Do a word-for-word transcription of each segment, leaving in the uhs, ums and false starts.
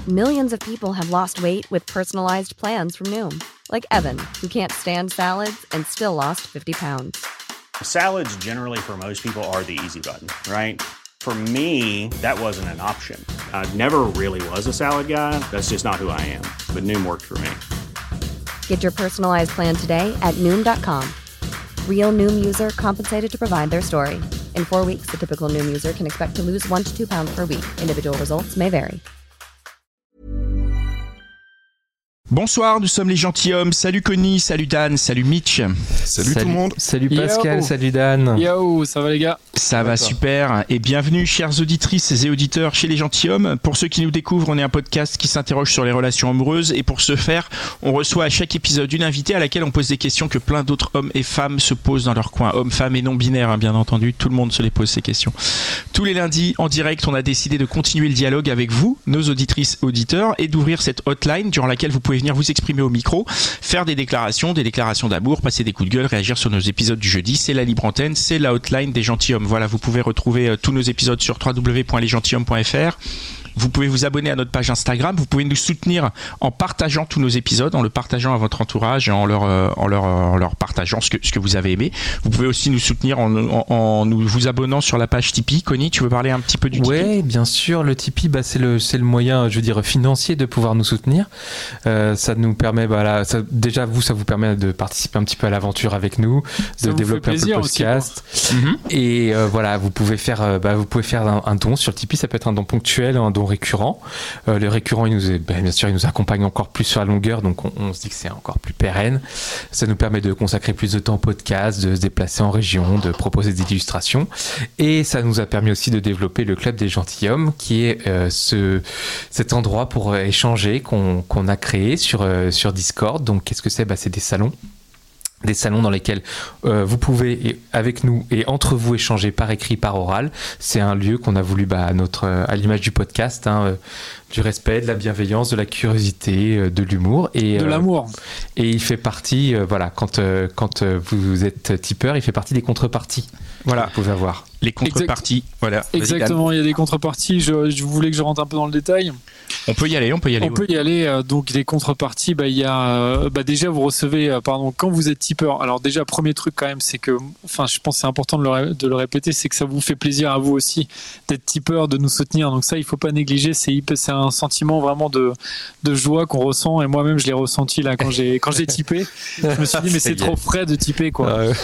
millions of people have lost weight with personalized plans from Noom. Like Evan, who can't stand salads and still lost fifty pounds. Salads generally for most people are the easy button, right? For me, that wasn't an option. I never really was a salad guy. That's just not who I am. But Noom worked for me. Get your personalized plan today at Noom dot com. Real Noom user compensated to provide their story. In four weeks, the typical Noom user can expect to lose one to two pounds per week. Individual results may vary. Bonsoir, nous sommes les gentilshommes. Salut Connie, salut Dan, salut Mitch. Salut, salut tout le monde. Salut Pascal, Yo. Salut Dan. Yo, ça va les gars? Ça va super. Et bienvenue chères auditrices et auditeurs chez les gentilshommes. Pour ceux qui nous découvrent, on est un podcast qui s'interroge sur les relations amoureuses. Et pour ce faire, on reçoit à chaque épisode une invitée à laquelle on pose des questions que plein d'autres hommes et femmes se posent dans leur coin. Hommes, femmes et non binaires, hein, bien entendu. Tout le monde se les pose ces questions. Tous les lundis, en direct, on a décidé de continuer le dialogue avec vous, nos auditrices et auditeurs, et d'ouvrir cette hotline durant laquelle vous pouvez venir vous exprimer au micro, faire des déclarations, des déclarations d'amour, passer des coups de gueule, réagir sur nos épisodes du jeudi. C'est la libre antenne, c'est la hotline des gentilshommes. Voilà, vous pouvez retrouver euh, tous nos épisodes sur w w w point les gentilshommes point f r. Vous pouvez vous abonner à notre page Instagram. Vous pouvez nous soutenir en partageant tous nos épisodes, en le partageant à votre entourage et en leur, euh, en leur, en leur partageant ce que, ce que vous avez aimé. Vous pouvez aussi nous soutenir en, en, en nous vous abonnant sur la page Tipeee. Connie, tu veux parler un petit peu du Tipeee? Oui, bien sûr. Le Tipeee, bah, c'est, le, c'est le moyen, je veux dire, financier de pouvoir nous soutenir. Euh, ça nous permet, bah, là, ça, déjà, vous, ça vous permet de participer un petit peu à l'aventure avec nous, ça de développer un peu le podcast. Aussi, mm-hmm. Et euh, voilà, vous pouvez faire, euh, bah, vous pouvez faire un, un don sur le Tipeee. Ça peut être un don ponctuel, un don récurrent. Euh, le récurrent, il nous est, ben, bien sûr, il nous accompagne encore plus sur la longueur, donc on, on se dit que c'est encore plus pérenne. Ça nous permet de consacrer plus de temps au podcast, de se déplacer en région, de proposer des illustrations, et ça nous a permis aussi de développer le club des gentilshommes, qui est euh, ce cet endroit pour échanger qu'on qu'on a créé sur euh, sur Discord. Donc qu'est-ce que c'est? Bah, c'est des salons. Des salons dans lesquels euh, vous pouvez, avec nous et entre vous, échanger par écrit, par oral. C'est un lieu qu'on a voulu, bah, à, notre, à l'image du podcast, hein, euh, du respect, de la bienveillance, de la curiosité, euh, de l'humour. Et, de euh, l'amour. Et il fait partie, euh, voilà, quand, euh, quand euh, vous êtes tipeur, il fait partie des contreparties. Voilà, que vous pouvez avoir. Les contreparties, exact. Voilà. Exactement, il y a des contreparties. Je, je voulais que je rentre un peu dans le détail. On peut y aller, on peut y aller. On ouais. peut y aller. Euh, donc, les contreparties, bah, il y a, euh, bah, déjà, vous recevez, euh, pardon, quand vous êtes tipeur. Alors, déjà, premier truc quand même, c'est que, enfin, je pense que c'est important de le, ré- de le répéter, c'est que ça vous fait plaisir à vous aussi d'être tipeur, de nous soutenir. Donc, ça, il ne faut pas négliger. C'est, c'est un sentiment vraiment de, de joie qu'on ressent. Et moi-même, je l'ai ressenti là quand j'ai, quand j'ai tipé. Je me suis dit, mais c'est, c'est trop frais de tiper, quoi. Euh...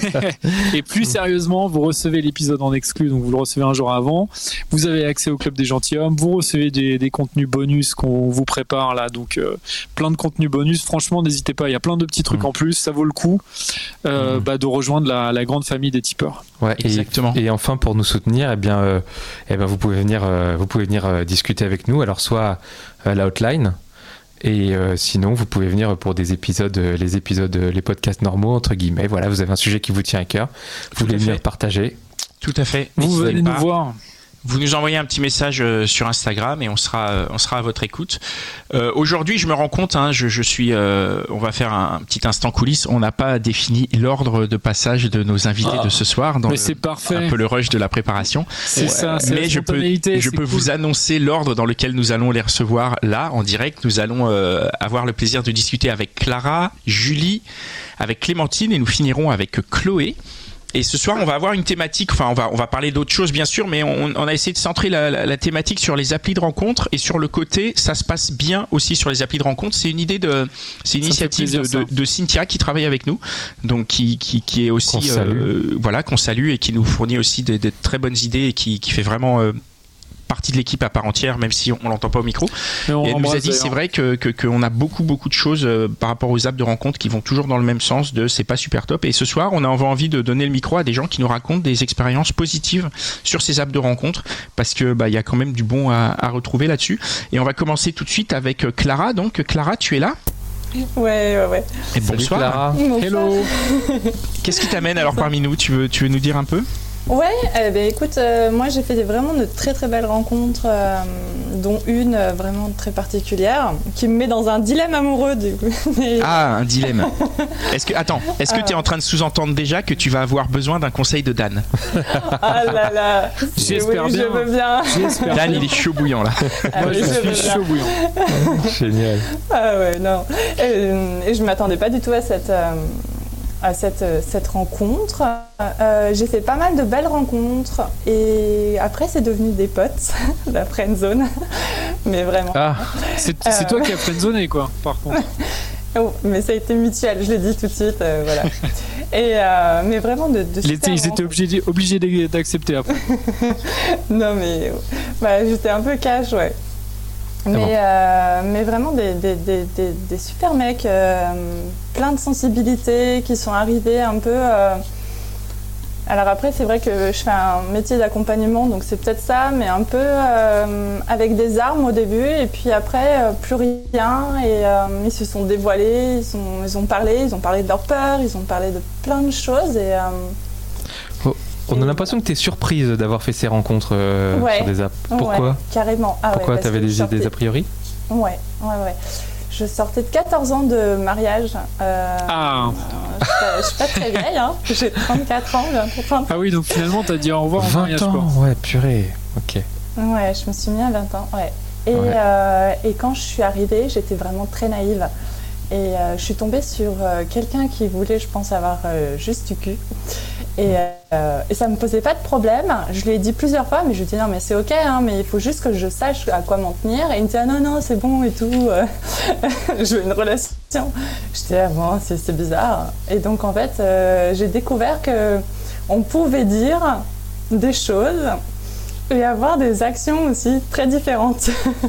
Et plus sérieusement, vous recevez l'épisode en exclu, donc vous le recevez un jour avant. Vous avez accès au club des gentilshommes. Vous recevez des, des contenus bonus qu'on vous prépare là, donc euh, plein de contenus bonus. Franchement, n'hésitez pas, il y a plein de petits trucs mmh. en plus. Ça vaut le coup euh, mmh. bah, de rejoindre la, la grande famille des tipeurs. Ouais, exactement. Et, et enfin, pour nous soutenir, eh bien, euh, eh bien, vous pouvez venir, euh, vous pouvez venir euh, discuter avec nous. Alors, soit à la hotline. Et euh, sinon, vous pouvez venir pour des épisodes, euh, les épisodes, euh, les podcasts normaux, entre guillemets. Voilà, vous avez un sujet qui vous tient à cœur. Vous voulez venir partager. Tout à fait. Vous venez nous voir. Vous nous envoyez un petit message euh, sur Instagram et on sera, euh, on sera à votre écoute. Euh, aujourd'hui, je me rends compte, hein, je, je suis, euh, on va faire un, un petit instant coulisses. On n'a pas défini l'ordre de passage de nos invités ah, de ce soir. Dans mais le, c'est parfait. Un peu le rush de la préparation. C'est ouais. ça. C'est mais la je peux, je peux cool. vous annoncer l'ordre dans lequel nous allons les recevoir là en direct. Nous allons euh, avoir le plaisir de discuter avec Clara, Julie, avec Clémentine et nous finirons avec Chloé. Et ce soir, on va avoir une thématique, enfin, on va, on va parler d'autres choses, bien sûr, mais on, on a essayé de centrer la, la, la thématique sur les applis de rencontre et sur le côté, ça se passe bien aussi sur les applis de rencontre. C'est une idée de, c'est une ça initiative plaisir, de, de, de Cynthia qui travaille avec nous, donc qui, qui, qui est aussi, qu'on euh, voilà, qu'on salue et qui nous fournit aussi des, des très bonnes idées et qui, qui fait vraiment, euh, partie de l'équipe à part entière, même si on, on l'entend pas au micro. Et, et elle nous a dit, d'ailleurs. C'est vrai que, que, qu'on a beaucoup, beaucoup de choses euh, par rapport aux apps de rencontre qui vont toujours dans le même sens de c'est pas super top. Et ce soir, on a envie de donner le micro à des gens qui nous racontent des expériences positives sur ces apps de rencontre parce que, bah, il y a quand même du bon à, à retrouver là-dessus. Et on va commencer tout de suite avec Clara. Donc, Clara, tu es là? Ouais, ouais, ouais. Et bonsoir. Clara. Hello. Qu'est-ce qui t'amène alors parmi nous? Tu veux, tu veux nous dire un peu? Ouais, eh ben, écoute, euh, moi j'ai fait des, vraiment de très très belles rencontres, euh, dont une euh, vraiment très particulière, qui me met dans un dilemme amoureux du coup. Mais... Ah, un dilemme. Est-ce que, attends, est-ce que tu es en train de sous-entendre déjà que tu vas avoir besoin d'un conseil de Dan? Ah là là, J'espère oui, bien. je veux bien. J'espère Dan, bien. il est chaud bouillant là. Ah, Moi, oui, je veux suis bien. chaud bouillant. Génial. Ah ouais, non. Et, et je m'attendais pas du tout à cette, euh, à cette, cette rencontre. Euh, j'ai fait pas mal de belles rencontres et après c'est devenu des potes, la friend zone. Mais vraiment. Ah, C'est c'est Euh. toi qui as friendzoné, quoi, par contre. Oh, mais ça a été mutuel, je l'ai dit tout de suite, euh, voilà. Et euh, mais vraiment de, de Ils super étaient, ils étaient rencontres. obligés, obligés d'accepter après. Non mais bah, j'étais un peu cash, ouais. Mais, bon. euh, mais vraiment des, des, des, des, des super mecs, euh, plein de sensibilités qui sont arrivés un peu. Euh... Alors après, c'est vrai que je fais un métier d'accompagnement, donc c'est peut-être ça, mais un peu euh, avec des armes au début, et puis après, euh, plus rien. Et euh, ils se sont dévoilés, ils, sont, ils ont parlé, ils ont parlé de leur peur, ils ont parlé de plein de choses. Et, euh, on a l'impression que tu es surprise d'avoir fait ces rencontres euh, Ouais. sur des apps. Pourquoi ouais, carrément. Ah, Pourquoi ouais, parce t'avais que des, je sortais- des a priori? Ouais, ouais, ouais. Je sortais de quatorze ans de mariage. Euh, Ah. Je suis pas- je suis pas très vieille, hein. J'ai trente-quatre ans, bientôt trente. Ah oui, donc finalement, t'as dit au revoir en mariage, vingt quoi. ans, ouais, purée. Ok. Ouais, je me suis mis à vingt ans, ouais. Et, Ouais. euh, et quand je suis arrivée, j'étais vraiment très naïve. Et euh, je suis tombée sur euh, quelqu'un qui voulait, je pense, avoir euh, juste du cul. Et, euh, et ça me posait pas de problème. Je lui ai dit plusieurs fois, mais je lui ai dit non, mais c'est ok, hein, mais il faut juste que je sache à quoi m'en tenir. Et il me dit ah non, non, c'est bon et tout. euh, je veux une relation. J'étais ah bon, c'est c'est bizarre. Et donc en fait, euh, j'ai découvert que on pouvait dire des choses et avoir des actions aussi très différentes.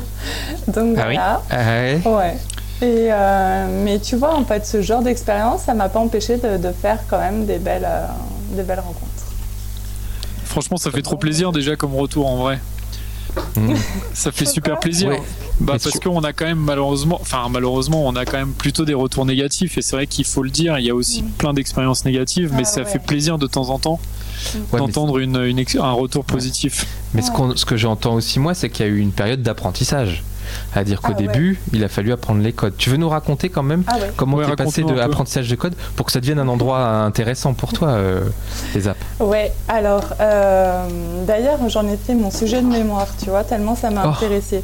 Donc Ah oui. voilà. Ah ouais. Ouais. Et euh, mais tu vois, en fait, ce genre d'expérience, ça m'a pas empêché de, de faire quand même des belles, euh, des belles rencontres. Franchement, ça fait trop plaisir déjà comme retour en vrai. Mmh. Ça fait super plaisir. Ouais. Bah, Mais parce sur- qu'on a quand même malheureusement, enfin malheureusement, on a quand même plutôt des retours négatifs et c'est vrai qu'il faut le dire, il y a aussi Mm. plein d'expériences négatives, mais Ah ça ouais. fait plaisir de temps en temps Ouais, mais d'entendre une, une ex- un retour positif. Mais ce, qu'on- ce que j'entends aussi, moi, c'est qu'il y a eu une période d'apprentissage. C'est-à-dire qu'au Ah ouais. début, il a fallu apprendre les codes. Tu veux nous raconter quand même Ah ouais. comment Ouais, tu es passé raconte-nous de un peu. apprentissage de code pour que ça devienne un endroit intéressant pour toi, euh, les apps? Ouais, alors euh, d'ailleurs j'en ai fait mon sujet de mémoire, tu vois, tellement ça m'a Oh. intéressée.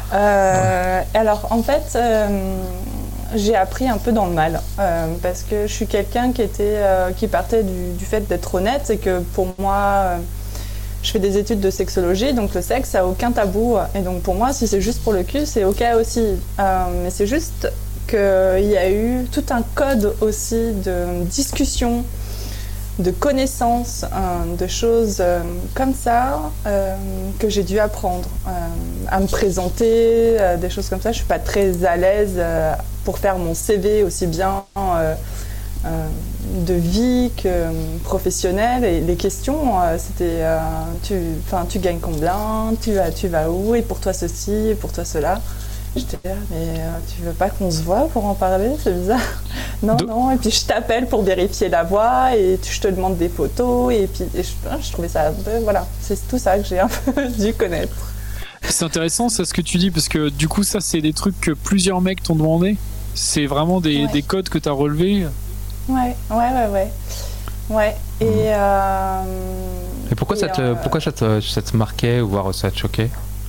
Euh, Alors en fait, euh, j'ai appris un peu dans le mal euh, parce que je suis quelqu'un qui était, euh, qui partait du, du fait d'être honnête et que pour moi, euh, je fais des études de sexologie, donc le sexe ça a aucun tabou et donc pour moi si c'est juste pour le cul c'est ok aussi, euh, mais c'est juste qu'il y a eu tout un code aussi de discussion, de connaissances, euh, de choses euh, comme ça euh, que j'ai dû apprendre euh, à me présenter, euh, des choses comme ça. Je suis pas très à l'aise euh, pour faire mon C V aussi bien euh, euh, de vie que euh, professionnel. Et les questions, euh, c'était euh, tu, enfin, tu gagnes combien, tu vas, tu vas où, et pour toi ceci, et pour toi cela. J'étais là, mais euh, tu veux pas qu'on se voit pour en parler? C'est bizarre. Non, Do- non, et puis je t'appelle pour vérifier la voix et tu- je te demande des photos et puis et je, je trouvais ça un peu, voilà, c'est tout ça que j'ai un peu dû connaître. C'est intéressant ça ce que tu dis parce que du coup ça c'est des trucs que plusieurs mecs t'ont demandé. C'est vraiment des, Ouais. des codes que t'as relevés. Ouais, ouais, ouais, ouais. Ouais, et... euh, Et pourquoi, et, ça, te, euh, pourquoi ça, te, ça te marquait ou voire ça te choquait?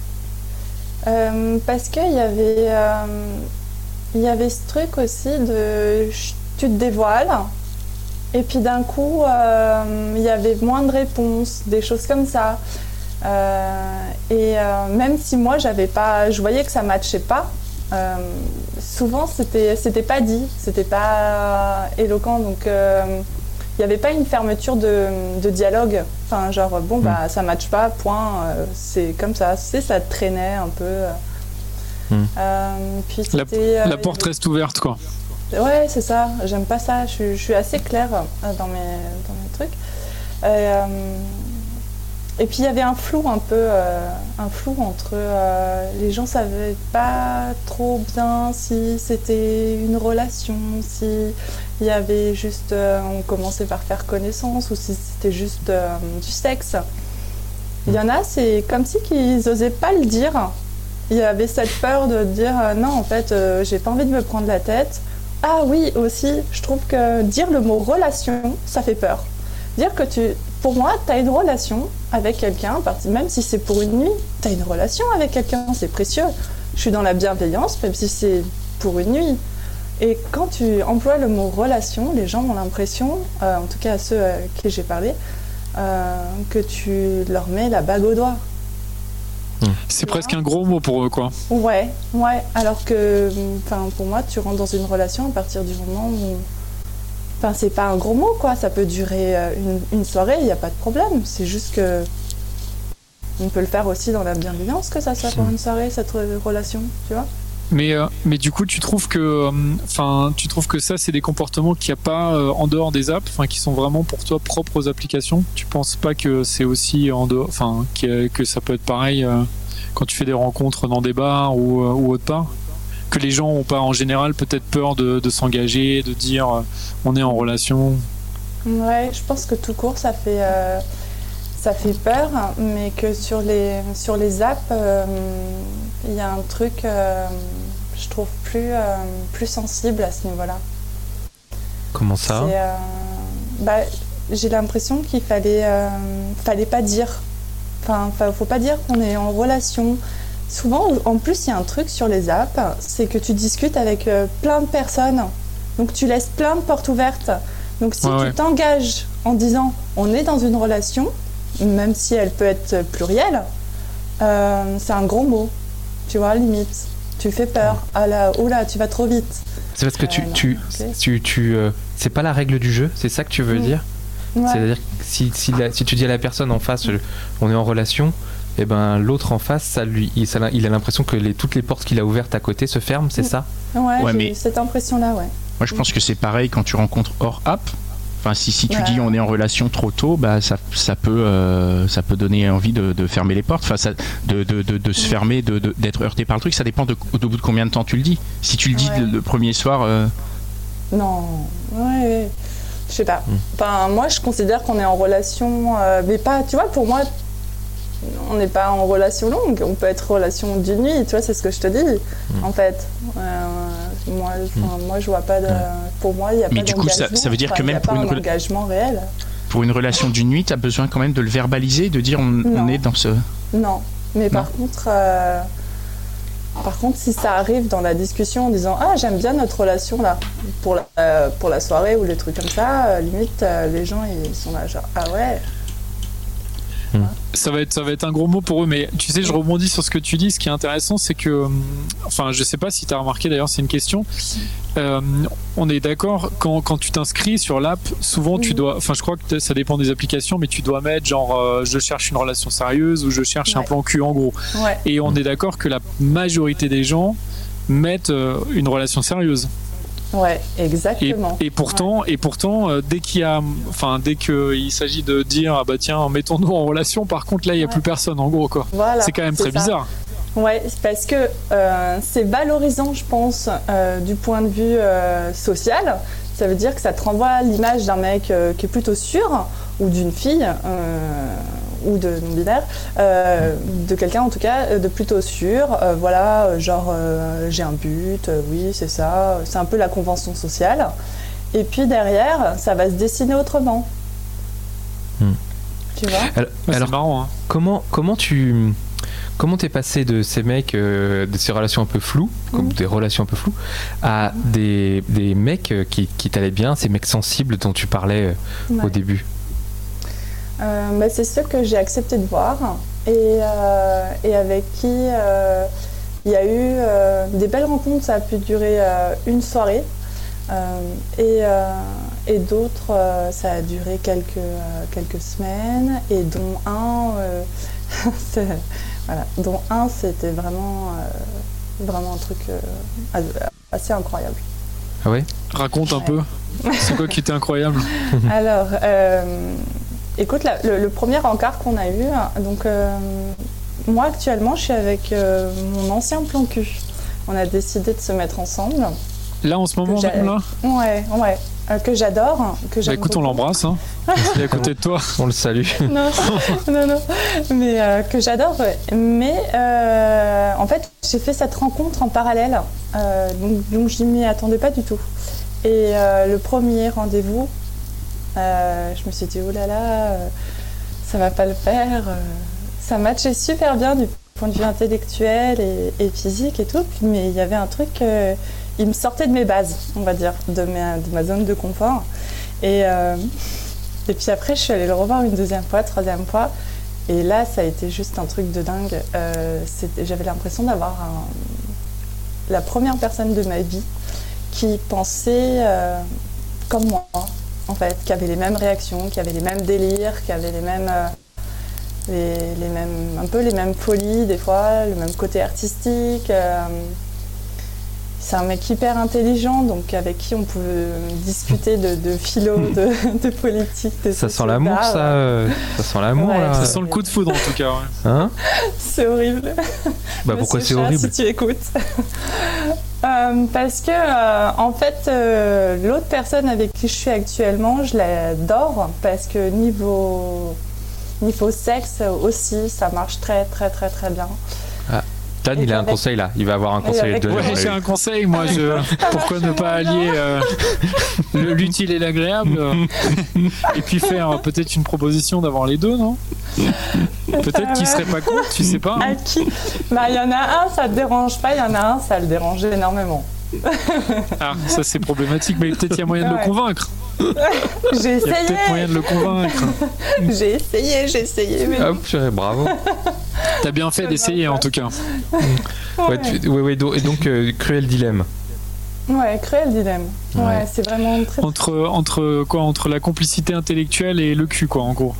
Euh, parce qu'il y avait, euh, il y avait ce truc aussi de ch- tu te dévoiles et puis d'un coup euh, il y avait moins de réponses, des choses comme ça. Euh, et euh, même si moi j'avais pas, je voyais que ça matchait pas. Euh, souvent c'était c'était pas dit, c'était pas éloquent, donc euh, il n'y avait pas une fermeture de, de dialogue. Enfin, genre, bon, bah, ça ne matche pas, point. Euh, c'est comme ça. C'est ça traînait un peu. Mm. Euh, puis La, c'était, euh, la porte reste ouverte quoi. Ouais, c'est ça. J'aime pas ça. Je, suis- je suis assez claire euh, dans mes, dans mes trucs. Euh, et puis il y avait un flou un peu, euh, un flou entre euh, les gens savaient pas trop bien si c'était une relation, si il y avait juste, euh, on commençait par faire connaissance ou si c'était juste euh, du sexe. Il y en a, c'est comme si qu'ils osaient pas le dire. Il y avait cette peur de dire euh, non, en fait, euh, j'ai pas envie de me prendre la tête. Ah oui, aussi, je trouve que dire le mot relation, ça fait peur. Dire que tu, pour moi, tu as une relation avec quelqu'un, même si c'est pour une nuit, tu as une relation avec quelqu'un, c'est précieux. Je suis dans la bienveillance, même si c'est pour une nuit. Et quand tu emploies le mot relation, les gens ont l'impression, euh, en tout cas à ceux à qui j'ai parlé, euh, que tu leur mets la bague au doigt. C'est presque un gros mot pour eux, quoi. Ouais, ouais. Alors que, enfin, pour moi, tu rentres dans une relation à partir du moment où, enfin, c'est pas un gros mot, quoi. Ça peut durer une, une soirée, il n'y a pas de problème. C'est juste que on peut le faire aussi dans la bienveillance, que ça soit pour une soirée, cette relation, tu vois. Mais, euh, mais du coup, tu trouves que, enfin, euh, tu trouves que ça, c'est des comportements qu'il n'y a pas euh, en dehors des apps, enfin, qui sont vraiment pour toi propres aux applications. Tu penses pas que c'est aussi en dehors, enfin, que, que ça peut être pareil euh, quand tu fais des rencontres dans des bars ou, euh, ou autre part, que les gens ont pas en général peut-être peur de, de s'engager, de dire euh, on est en relation. Ouais, je pense que tout court, ça fait. Euh... Ça fait peur, mais que sur les, sur les apps, il euh, y a un truc, euh, je trouve, plus, euh, plus sensible à ce niveau-là. Comment ça ? C'est, euh, bah, j'ai l'impression qu'il fallait, euh, fallait pas dire. Enfin, faut pas dire qu'on est en relation. Souvent, en plus, il y a un truc sur les apps, c'est que tu discutes avec euh, plein de personnes. Donc, tu laisses plein de portes ouvertes. Donc, si ouais, tu ouais. t'engages en disant on est dans une relation, même si elle peut être plurielle, euh, c'est un gros mot, tu vois, limite. Tu fais peur. Ah là, oh là, tu vas trop vite. C'est parce que tu, Euh, non, tu, ok. tu, tu euh, c'est pas la règle du jeu, c'est ça que tu veux Mm. dire ? Ouais. C'est-à-dire que si, si, la- si tu dis à la personne en face, je- on est en relation, et ben l'autre en face, ça lui, il, ça, il a l'impression que les, toutes les portes qu'il a ouvertes à côté se ferment, c'est Mm. ça ? Ouais, Ouais, j'ai mais- eu cette impression-là, ouais. Moi, je pense que c'est pareil quand tu rencontres hors app. Enfin, si, si tu Ouais. dis on est en relation trop tôt, bah ça, ça peut euh, ça peut donner envie de, de fermer les portes, enfin ça, de, de, de, de se fermer, de, de- d'être heurté par le truc. Ça dépend de, au bout de combien de temps tu le dis. Si tu le dis Ouais. le, le premier soir, euh, Non, ouais, ouais. Je sais pas. Enfin, moi, je considère qu'on est en relation, euh, mais pas, tu vois, pour moi, on n'est pas en relation longue. On peut être en relation d'une nuit, tu vois, c'est ce que je te dis, en fait. Euh, moi, enfin, moi, je vois pas de. Pour moi, il n'y a Mais pas du coup, ça- d'engagement. ça veut dire Enfin, que il y a même pour pas une un rela- engagement réel. pour une relation d'une nuit, tu as besoin quand même de le verbaliser, de dire on, Non. on est dans ce. Non, mais par contre, euh, par contre, si ça arrive dans la discussion en disant ah j'aime bien notre relation là pour la euh, pour la soirée ou les trucs comme ça, euh, limite euh, les gens ils sont là genre ah ouais. Ça va être, ça va être un gros mot pour eux, mais tu sais, je rebondis sur ce que tu dis. Ce qui est intéressant, c'est que, hum, enfin, je sais pas si tu as remarqué d'ailleurs, c'est une question. Euh, on est d'accord, quand, quand tu t'inscris sur l'app, souvent tu Mhm. dois, enfin, je crois que ça dépend des applications, mais tu dois mettre genre, euh, je cherche une relation sérieuse ou je cherche un Ouais. plan cul en gros. Ouais. Et on est d'accord que la majorité des gens mettent euh, une relation sérieuse. Ouais, Et, exactement. et pourtant, et pourtant, euh, dès qu'il y a, enfin, dès qu'il s'agit de dire, ah bah tiens, mettons-nous en relation, par contre là, il y a Ouais. plus personne, en gros, quoi. Voilà, C'est quand même très ça. bizarre. Ouais, c'est parce que euh, c'est valorisant, je pense, euh, du point de vue euh, social. Ça veut dire que ça te renvoie l'image d'un mec euh, qui est plutôt sûr, ou d'une fille, euh, ou de non-binaire, euh, de quelqu'un en tout cas euh, de plutôt sûr. Euh, voilà, euh, genre euh, j'ai un but, euh, oui, c'est ça. C'est un peu la convention sociale. Et puis derrière, ça va se dessiner autrement. Hmm. Tu vois ? Alors, Ouais, alors, c'est marrant, hein. comment, comment tu. Comment t'es passé de ces mecs, euh, de ces relations un peu floues, comme Mhm. des relations un peu floues, à des, des mecs euh, qui, qui t'allaient bien, ces mecs sensibles dont tu parlais euh, Ouais. au début ? Euh, bah, c'est ceux que j'ai accepté de voir et, euh, et avec qui euh, il y a eu euh, des belles rencontres. Ça a pu durer euh, une soirée euh, et, euh, et d'autres euh, ça a duré quelques, euh, quelques semaines et dont un, euh, c'est- voilà, dont un c'était vraiment, euh, vraiment un truc euh, assez incroyable. Ah ouais ? Raconte un Ouais. peu. C'est quoi qui était incroyable? Alors, euh, Écoute, la, le, le premier encart qu'on a eu, donc euh, moi actuellement, je suis avec euh, mon ancien plan cul. On a décidé de se mettre ensemble. Là, en ce moment même, là Ouais, ouais. Euh, que j'adore. Que bah écoute, beaucoup. On l'embrasse. Hein. Il est à côté de toi. On le salue. Non, non, non. Mais euh, que j'adore. Mais euh, en fait, j'ai fait cette rencontre en parallèle. Euh, donc, donc je m'y attendais pas du tout. Et euh, le premier rendez-vous, euh, je me suis dit, oh là là, euh, ça va pas le faire. Euh, ça matchait super bien du point de vue intellectuel et, et physique et tout. Mais il y avait un truc... Euh, il me sortait de mes bases, on va dire, de ma, de ma zone de confort. Et, euh, et puis après, je suis allée le revoir une deuxième fois, troisième fois. Et là, ça a été juste un truc de dingue. Euh, j'avais l'impression d'avoir un, la première personne de ma vie qui pensait euh, comme moi, en fait, qui avait les mêmes réactions, qui avait les mêmes délires, qui avait les mêmes... Euh, les, les mêmes, un peu les mêmes folies, des fois, le même côté artistique. Euh, C'est un mec hyper intelligent, donc avec qui on peut discuter de, de philo, de, de politique, de ça sent l'amour, ça, euh, ça sent l'amour, ouais, là. Ça sent le coup de foudre, en tout cas. Ouais. Hein c'est horrible. Bah pourquoi c'est Chat, horrible si tu écoutes. euh, Parce que, euh, en fait, euh, l'autre personne avec qui je suis actuellement, je l'adore, parce que niveau, niveau sexe aussi, ça marche très, très, très, très bien. Ah. Dan, il a un conseil là, il va avoir un conseil à te donner. Ouais, j'ai un conseil, moi, je... pourquoi ne pas allier euh, l'utile et l'agréable euh, et puis faire peut-être une proposition d'avoir les deux, non? Peut-être qu'il serait pas contre, tu sais pas. Hein. À qui? Bah, il y en a un, ça te dérange pas, il y en a un, ça le dérange énormément. Ah, ça c'est problématique, mais peut-être qu'il y a moyen de ouais. le convaincre. J'ai essayé. Il y a peut-être moyen de le convaincre. J'ai essayé, j'ai essayé. Mais... Hop, bravo. T'as bien fait d'essayer en tout cas. Ouais, ouais, tu, ouais, ouais, et donc euh, cruel dilemme. Ouais, cruel dilemme. Ouais, ouais. C'est vraiment très. Entre entre quoi, entre la complicité intellectuelle et le cul, quoi, en gros.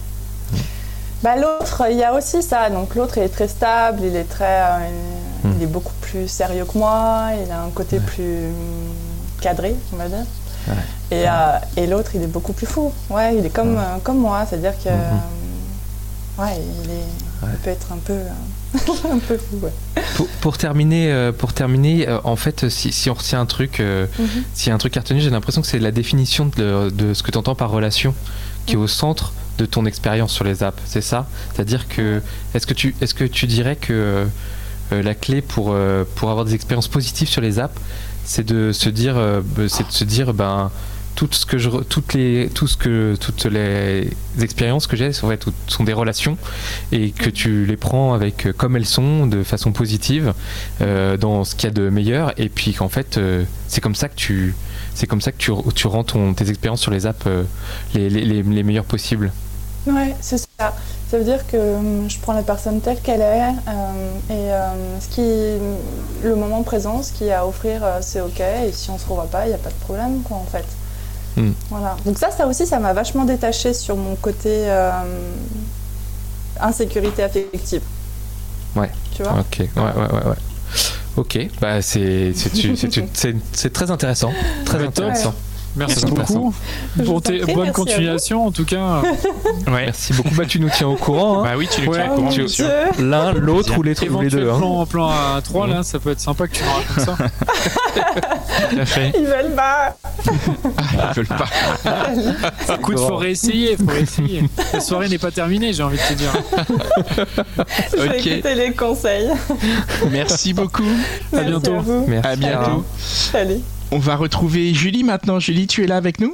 Bah l'autre, il y a aussi ça. Donc l'autre, il est très stable, il est très, euh, il, hmm. il est beaucoup plus sérieux que moi. Il a un côté ouais. plus cadré, on va dire. Ouais. Et, ouais. Euh, et l'autre, il est beaucoup plus fou. Ouais, il est comme ouais. euh, comme moi, c'est-à-dire que mm-hmm. ouais, il est, ouais. il peut être un peu euh, un peu fou. Ouais. Pour, pour terminer, euh, pour terminer, euh, en fait, si, si on retient un truc, euh, mm-hmm. s'il y a un truc à retenir, j'ai l'impression que c'est la définition de, de ce que tu entends par relation, qui est au centre de ton expérience sur les apps, c'est ça? C'est-à-dire que, est-ce que tu, est-ce que tu dirais que euh, la clé pour, euh, pour avoir des expériences positives sur les apps, c'est de se dire, euh, c'est de se dire, ben, tout ce que je, toutes les, tout ce que, toutes les expériences que j'ai, en fait, sont des relations, et que tu les prends avec comme elles sont, de façon positive, euh, dans ce qu'il y a de meilleur, et puis qu'en fait, euh, c'est comme ça que tu, c'est comme ça que tu, tu rends ton, tes expériences sur les apps euh, les, les, les, les meilleures possibles. Ouais, c'est ça. Ça veut dire que euh, je prends la personne telle qu'elle est euh, et euh, ce qui, le moment présent, ce qu'il y a à offrir, euh, c'est ok. Et si on se revoit pas, il n'y a pas de problème, quoi, en fait. Mm. Voilà. Donc ça, ça aussi, ça m'a vachement détachée sur mon côté euh, insécurité affective. Ouais. Tu vois ? Ok. Ouais, ouais, ouais, ouais. Ok. Bah c'est c'est c'est, c'est, c'est très intéressant. Très ouais, intéressant. Ouais. Merci beaucoup. Bon, tes, bonne continuation en tout cas. Ouais. Merci beaucoup. Bah, tu nous tiens au courant. Hein. Bah oui, tu nous tiens ouais, au courant. Tu, l'un, l'autre ou les, ou les deux. Hein. Plan, plan à trois, là, ça peut être sympa que tu nous racontes ça. Tout à fait. Ils veulent pas. Ah, ils veulent pas. Écoute, faut réessayer, faut réessayer. La soirée n'est pas terminée, j'ai envie de te dire. Je vais okay. écouter les conseils. Merci beaucoup. Merci à bientôt. À, vous. Merci. À bientôt. Allez. On va retrouver Julie maintenant. Julie, tu es là avec nous?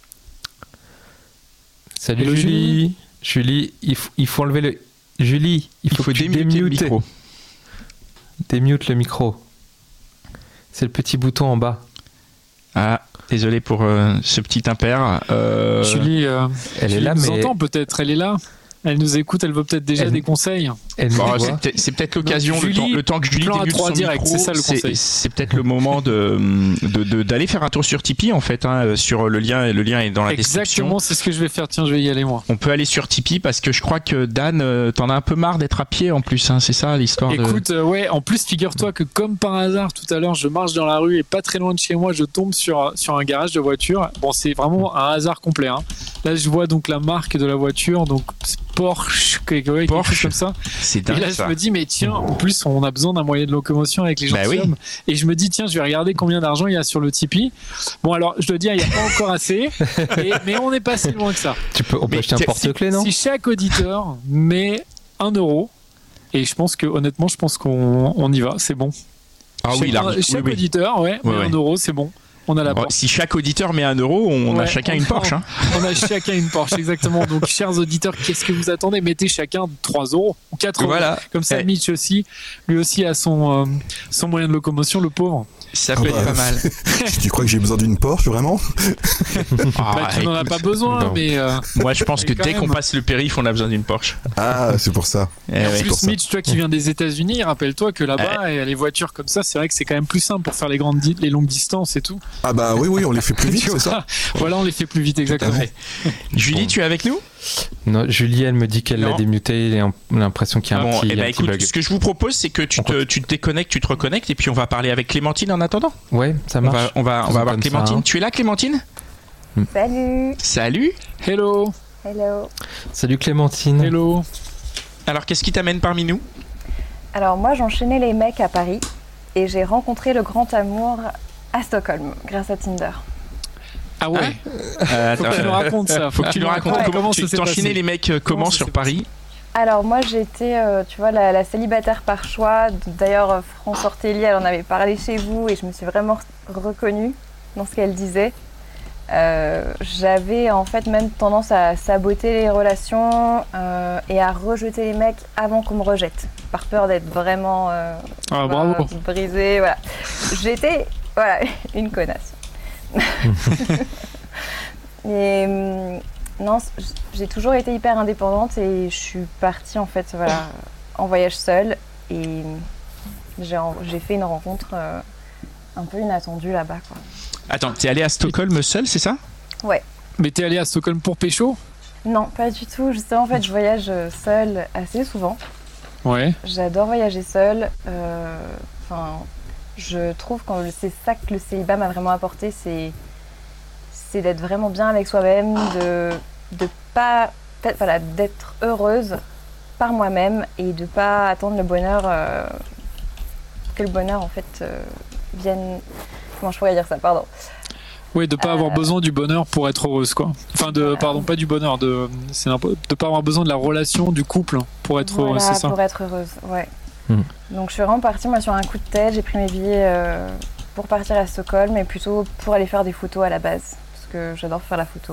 Salut Hello, Julie. Julie. Julie, il faut, il faut enlever le... Julie, il faut, il faut que tu démutes le micro. Démute le micro. C'est le petit bouton en bas. Ah, désolé pour euh, ce petit impair. Euh... Julie, euh, elle Julie est là, nous mais... entend peut-être, elle est là. Elle nous écoute, elle veut peut-être déjà Elle- des conseils. Elle nous Bon, voit. c'est, peut-être, c'est peut-être l'occasion, Donc, le, temps, Julie, le temps que Julie plan à débute trois son direct, micro, c'est ça le conseil. c'est peut-être le moment de, de, de- d'aller faire un tour sur Tipeee en fait, hein, sur le lien, le lien est dans la description. Exactement, c'est ce que je vais faire. Tiens, je vais y aller moi. On peut aller sur Tipeee parce que je crois que Dan, euh, t'en as un peu marre d'être à pied en plus, hein, c'est ça l'histoire de... Écoute, euh, ouais, en plus, figure-toi que comme par hasard, tout à l'heure, je marche dans la rue et pas très loin de chez moi, je tombe sur, sur un garage de voiture. Bon, c'est vraiment un hasard complet. Hein. Là, je vois donc la marque de la voiture, donc Porsche, quelque, ouais, quelque Porsche. chose comme ça. C'est Et dingue là, ça. je me dis, mais tiens, en plus, on a besoin d'un moyen de locomotion avec les gens Bah qui oui. sommes. Et je me dis, tiens, je vais regarder combien d'argent il y a sur le Tipeee. Bon, alors, je dois dire, il n'y a pas encore assez, et- mais on n'est pas si loin que ça. Tu peux, on peut Mais acheter un c'est- porte-clés, non? Si chaque auditeur met un euro, et je pense que, honnêtement, je pense qu'on on y va, c'est bon. Ah oui, chaque, large. chaque Oui, oui. auditeur, ouais, Ouais, met ouais. un euro, c'est bon. On a la Bon, Porsche. si chaque auditeur met un euro, on a Ouais, chacun on- une Porsche. Hein. On a chacun une Porsche, exactement. Donc, chers auditeurs, qu'est-ce que vous attendez? Mettez chacun trois euros ou quatre euros. Voilà. Comme ça, Eh. Mitch aussi, lui aussi a son, euh, son moyen de locomotion, le pauvre. Ça peut Ah être bah, pas mal. Tu crois que j'ai besoin d'une Porsche, vraiment? Ah, Bah, tu n'en as écoute, pas besoin, non. mais euh, moi je pense que Mais quand dès qu'on même. passe le périph', on a besoin d'une Porsche. Ah, c'est pour ça. Eh en ouais. pour plus, ça. Mitch, toi qui viens des États-Unis, rappelle-toi que là-bas, et les voitures comme ça, c'est vrai que c'est quand même plus simple pour faire les grandes, di- les longues distances et tout. Ah bah oui, oui, on les fait plus vite, Tu c'est ça? vois, voilà, on les fait plus vite, exactement. Ouais. Julie, tu es avec nous? Non, Julie, elle me dit qu'elle l'a Non. démuté et a l'impression qu'il y a un Bon, petit, eh ben, un petit écoute, bug. ce que je vous propose, c'est que tu te, tu te déconnectes, tu te reconnectes, et puis on va parler avec Clémentine en attendant. Ouais, ça On marche. va, on va, on Faisons va avoir comme ça, Clémentine. hein. Tu es là, Clémentine? Salut. Salut. Hello, Hello. Salut Clémentine. hello. Alors, qu'est-ce qui t'amène parmi nous? Alors moi j'enchaînais les mecs à Paris et j'ai rencontré le grand amour à Stockholm grâce à Tinder. Ah ouais, Euh, faut que attends, tu nous euh, racontes ça. Faut que tu nous racontes Ouais. comment tu ça s'est t'enchaînais passé. les mecs euh, comment, Comment ça sur s'est Paris? Alors moi j'étais, euh, tu vois, la, la célibataire par choix. D'ailleurs euh, France Ortelli, elle en avait parlé chez vous et je me suis vraiment reconnue dans ce qu'elle disait. Euh, j'avais en fait même tendance à saboter les relations euh, et à rejeter les mecs avant qu'on me rejette, par peur d'être vraiment euh, Ah, bah, bravo. brisée. Voilà. J'étais voilà, une connasse. Et hum, non, c- j'ai toujours été hyper indépendante et je suis partie en fait voilà, en voyage seule et j'ai, en- j'ai fait une rencontre euh, un peu inattendue là-bas, quoi. Attends, t'es allé à Stockholm seul, c'est ça? Mais t'es allé à Stockholm pour pécho? Non, pas du tout. Justement, en fait, je voyage euh, seule assez souvent. Ouais. J'adore voyager seule. Euh, Enfin, je trouve que c'est ça que le célibat m'a vraiment apporté, c'est c'est d'être vraiment bien avec soi-même, de de pas peut-être, voilà, d'être heureuse par moi-même et de pas attendre le bonheur euh, que le bonheur en fait euh, vienne. Comment je pourrais dire ça? Pardon. Ouais, de pas avoir Euh, besoin du bonheur pour être heureuse, quoi. Enfin, de, Voilà. pardon, pas du bonheur, de, c'est n'importe- de pas avoir besoin de la relation, du couple pour être heureuse, Voilà, c'est ça? pour être heureuse, ouais. Hmm. Donc je suis vraiment partie moi sur un coup de tête. J'ai pris mes billets euh, pour partir à Stockholm, mais plutôt pour aller faire des photos à la base, parce que j'adore faire la photo.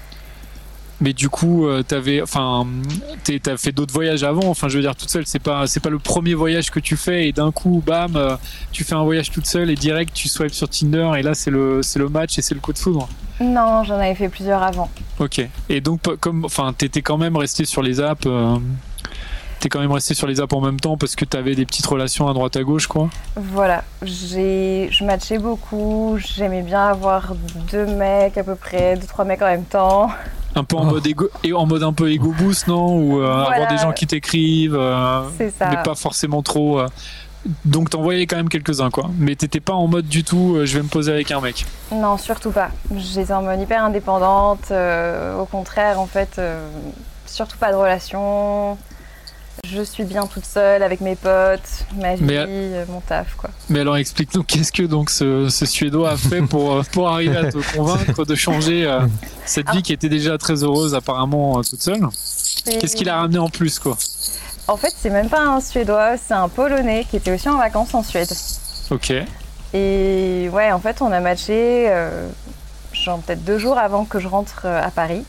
Mais du coup, euh, t'avais, enfin, t'es- t'as fait d'autres voyages avant. Enfin, je veux dire, toute seule, c'est pas, c'est pas le premier voyage que tu fais et d'un coup, bam, euh, tu fais un voyage toute seule et direct, tu swipes sur Tinder et là, c'est le, c'est le match et c'est le coup de foudre. Non, j'en avais fait plusieurs avant. Ok. Et donc, p- comme, enfin, t'étais quand même resté sur les apps. Euh, t'es quand même resté sur les apps en même temps parce que t'avais des petites relations à droite à gauche, quoi. Voilà, j'ai, je matchais beaucoup. J'aimais bien avoir deux mecs à peu près, deux trois mecs en même temps. Un peu en Oh. mode égo, et en mode un peu ego boost, non? Ou euh, Voilà. avoir des gens qui t'écrivent, euh, C'est ça. mais pas forcément trop. euh, Donc t'en voyais quand même quelques-uns, quoi. Mais t'étais pas en mode du tout, euh, je vais me poser avec un mec. Non, surtout pas. J'étais en mode hyper indépendante. euh, au contraire, en fait, euh, surtout pas de relation. Je suis bien toute seule avec mes potes, ma vie, Mais- euh, mon taf, quoi. Mais alors explique-nous, qu'est-ce que donc ce, ce Suédois a fait pour, euh, pour arriver à te convaincre de changer euh, cette vie qui était déjà très heureuse apparemment euh, toute seule? Qu'est-ce qu'il a ramené en plus, quoi? En fait, c'est même pas un Suédois, c'est un Polonais qui était aussi en vacances en Suède. Ok. Et ouais, en fait, on a matché euh, genre peut-être deux jours avant que je rentre euh, à Paris.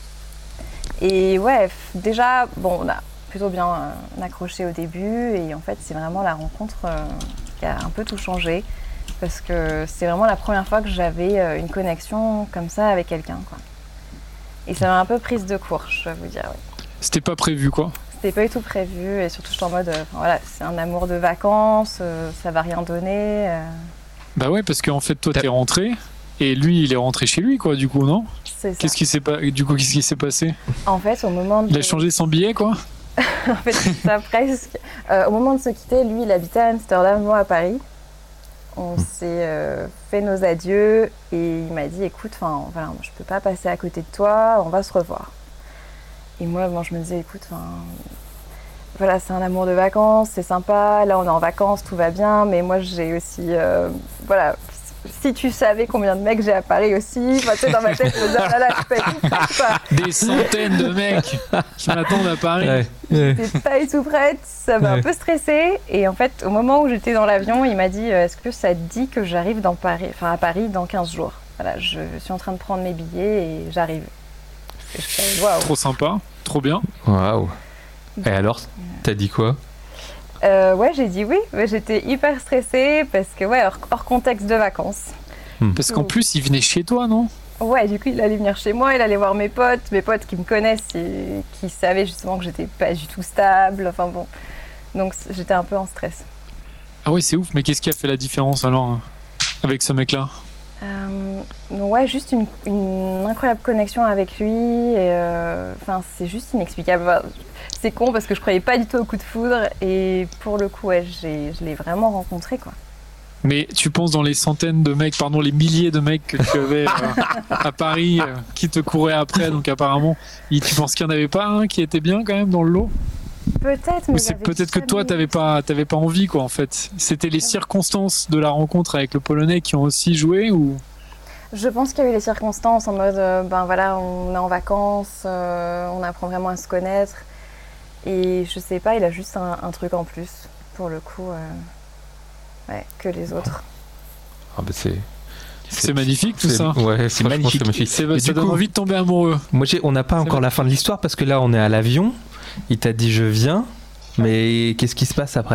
Et ouais, f- déjà, bon, on a plutôt bien euh, accroché au début. Et en fait, c'est vraiment la rencontre euh, qui a un peu tout changé. Parce que c'est vraiment la première fois que j'avais euh, une connexion comme ça avec quelqu'un, quoi. Et ça m'a un peu prise de court, je dois vous dire. Ouais. C'était pas prévu, quoi. C'était pas du tout prévu et surtout, je suis en mode, euh, voilà, c'est un amour de vacances, euh, ça va rien donner. Euh... Bah ouais, parce qu'en fait, toi, t'es rentré et lui, il est rentré chez lui, quoi, du coup, non ? C'est ça. Qu'est-ce qui s'est pas... Du coup, qu'est-ce qui s'est passé ? En fait, au moment de... Il a changé son billet, quoi ? En fait, c'est ça, presque. Euh, au moment de se quitter, lui, il habitait à Amsterdam, moi à Paris. On s'est euh, fait nos adieux et il m'a dit, écoute, enfin, voilà, je peux pas passer à côté de toi, on va se revoir. Et moi, bon, je me disais, écoute, voilà, c'est un amour de vacances, c'est sympa, là on est en vacances, tout va bien, mais moi j'ai aussi, euh, voilà, si tu savais combien de mecs j'ai à Paris aussi, enfin, tu sais, dans ma tête, je me disais, ah là là, je peux être prête, quoi. Des centaines de mecs qui m'attendent à Paris. Ouais, ouais. J'étais pas du tout prête, ça m'a Ouais. un peu stressée. Et en fait, au moment où j'étais dans l'avion, il m'a dit, euh, est-ce que ça te dit que j'arrive dans Paris, enfin à Paris dans quinze jours ? Voilà, je suis en train de prendre mes billets et j'arrive. Et je fais, waouh. Trop sympa, trop bien. Waouh. Et alors, t'as dit quoi ? Euh, ouais, j'ai dit oui. Ouais, j'étais hyper stressée parce que, ouais, hors, hors contexte de vacances. Parce qu'en plus, il venait chez toi, non ? Ouais, du coup, il allait venir chez moi, il allait voir mes potes, mes potes qui me connaissent et qui savaient justement que j'étais pas du tout stable. Enfin bon. Donc j'étais un peu en stress. Ah ouais, c'est ouf, mais qu'est-ce qui a fait la différence alors hein, avec ce mec-là ? Euh, ouais, juste une, une incroyable connexion avec lui. Et, euh, enfin, c'est juste inexplicable. Enfin, c'est con parce que je croyais pas du tout au coup de foudre et pour le coup, ouais, j'ai, je l'ai vraiment rencontré, quoi. Mais tu penses dans les centaines de mecs, pardon, les milliers de mecs que tu avais euh, à Paris euh, qui te couraient après, donc apparemment, il- tu penses qu'il n'y en avait pas un qui était bien quand même dans le lot ? Peut-être, mais Ou c'est j'avais peut-être que toi, jamais- t'avais pas, t'avais pas envie, quoi, en fait. C'était les circonstances de la rencontre avec le Polonais qui ont aussi joué ou... Je pense qu'il y a eu les circonstances en mode, euh, ben voilà, on est en vacances, euh, on apprend vraiment à se connaître. Et je sais pas, il a juste un, un truc en plus, pour le coup, euh, ouais, que les autres. Ah bah c'est... C'est magnifique tout c'est- ça. Ouais, c'est magnifique. magnifique. C'est, Et ça du donne coup, envie de tomber amoureux. moi, j'ai- on n'a pas Ça encore va. la fin de l'histoire parce que là, on est à l'avion. Il t'a dit je viens, mais qu'est-ce qui se passe après ?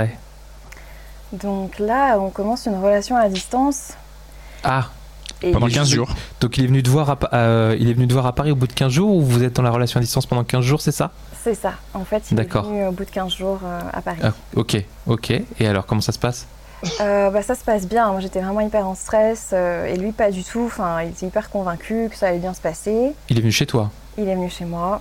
Donc là, on commence une relation à distance. Ah, Et Pendant quinze jours. donc il est venu te voir à, Pa- euh, il est venu te voir à Paris au bout de quinze jours ou vous êtes dans la relation à distance pendant quinze jours, c'est ça ? C'est ça. En fait, il D'accord. est venu au bout de quinze jours euh, à Paris. Ah, ok, ok. Et alors, comment ça se passe ? Euh, bah, ça se passe bien. Moi, j'étais vraiment hyper en stress. euh, et lui, pas du tout. Enfin, il était hyper convaincu que ça allait bien se passer. Il est venu chez toi ? Il est venu chez moi.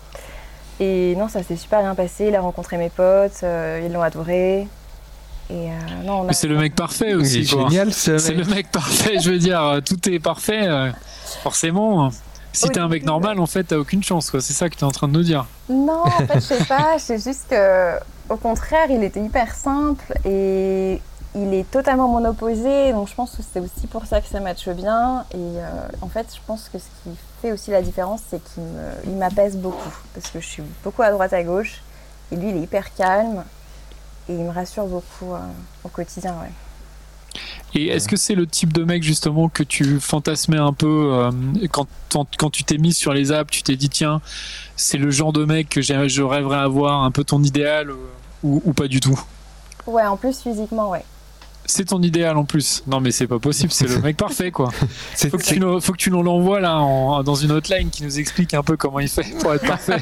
Et non, ça s'est super bien passé. Il a rencontré mes potes. euh, ils l'ont adoré. Et euh, non, on a... Mais c'est le mec parfait aussi, Il est quoi. génial ce C'est mec. le mec parfait, je veux dire, euh, tout est parfait. euh, Forcément, si Oui, t'es un mec oui, normal, en fait, t'as aucune chance, quoi. C'est ça que t'es en train de nous dire. Non, en fait, je sais pas. C'est juste que, au contraire, il était hyper simple et il est totalement mon opposé. Donc, je pense que c'est aussi pour ça que ça matche bien. Et euh, en fait, je pense que ce qui fait aussi la différence, c'est qu'il me, il m'apaise beaucoup parce que je suis beaucoup à droite à gauche et lui, il est hyper calme et il me rassure beaucoup euh, au quotidien. Ouais. Et est-ce que c'est le type de mec, justement, que tu fantasmais un peu euh, quand, quand, quand tu t'es mis sur les apps, tu t'es dit, tiens, c'est le genre de mec que j'ai- je rêverais avoir, un peu ton idéal, euh, ou, ou pas du tout ? Ouais, en plus physiquement, ouais. C'est ton idéal en plus. Non, mais c'est pas possible, c'est le mec parfait, quoi. C'est- Faut que tu nous, faut que tu nous l'envoies là en- dans une hotline qui nous explique un peu comment il fait pour être parfait.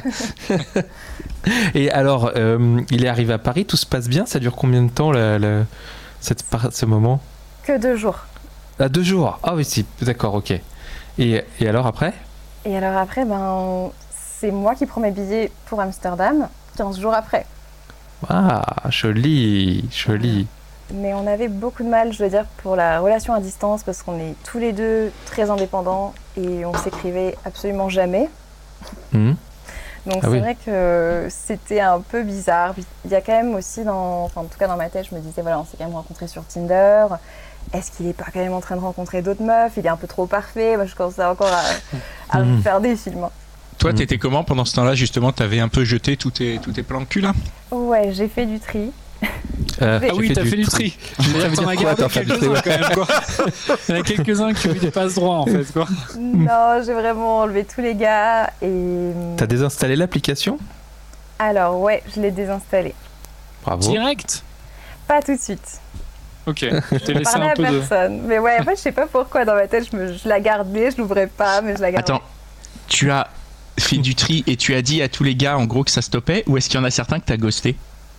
Et alors, euh, il est arrivé à Paris, tout se passe bien. Ça dure combien de temps la- la- cette, par- ce moment ? Que deux jours. À deux jours. Ah oui, si, d'accord, ok. Et, et alors après ? Et alors après, ben, c'est moi qui prends mes billets pour Amsterdam quinze jours après. Ah, joli, joli. Mais on avait beaucoup de mal, je veux dire, pour la relation à distance parce qu'on est tous les deux très indépendants et on s'écrivait absolument jamais. Mhm. Donc Ah c'est oui. vrai que c'était un peu bizarre. Il y a quand même aussi, dans, enfin, en tout cas dans ma tête, je me disais, voilà, on s'est quand même rencontrés sur Tinder. Est-ce qu'il n'est pas quand même en train de rencontrer d'autres meufs ? Il est un peu trop parfait. Moi, je commençais encore à, à Mhm. me faire des films. Toi, Mhm. t'étais comment pendant ce temps-là, justement? T'avais un peu jeté tous tes, tous tes plans de cul, là? Ouais, j'ai fait du tri. Euh, Ah Ah oui, t'as fait du tri. Je veux Ça dire, veut t'en dire as quoi, gardé t'as fait du tri, quelques-uns quand même, quoi. Il y en a quelques-uns qui ont eu des passes droits, en fait, quoi. Non, j'ai vraiment enlevé tous les gars et... T'as désinstallé l'application ? Alors ouais, je l'ai désinstallé. Bravo. Direct. Pas tout de suite. Ok, je t'ai laissé Parler un à peu de... personne. Mais ouais, en fait, je sais pas pourquoi dans ma tête, je, me, je la gardais, je l'ouvrais pas, mais je la gardais. Attends, tu as fait du tri et tu as dit à tous les gars en gros que ça stoppait, ou est-ce qu'il y en a certains que t'as ghosté?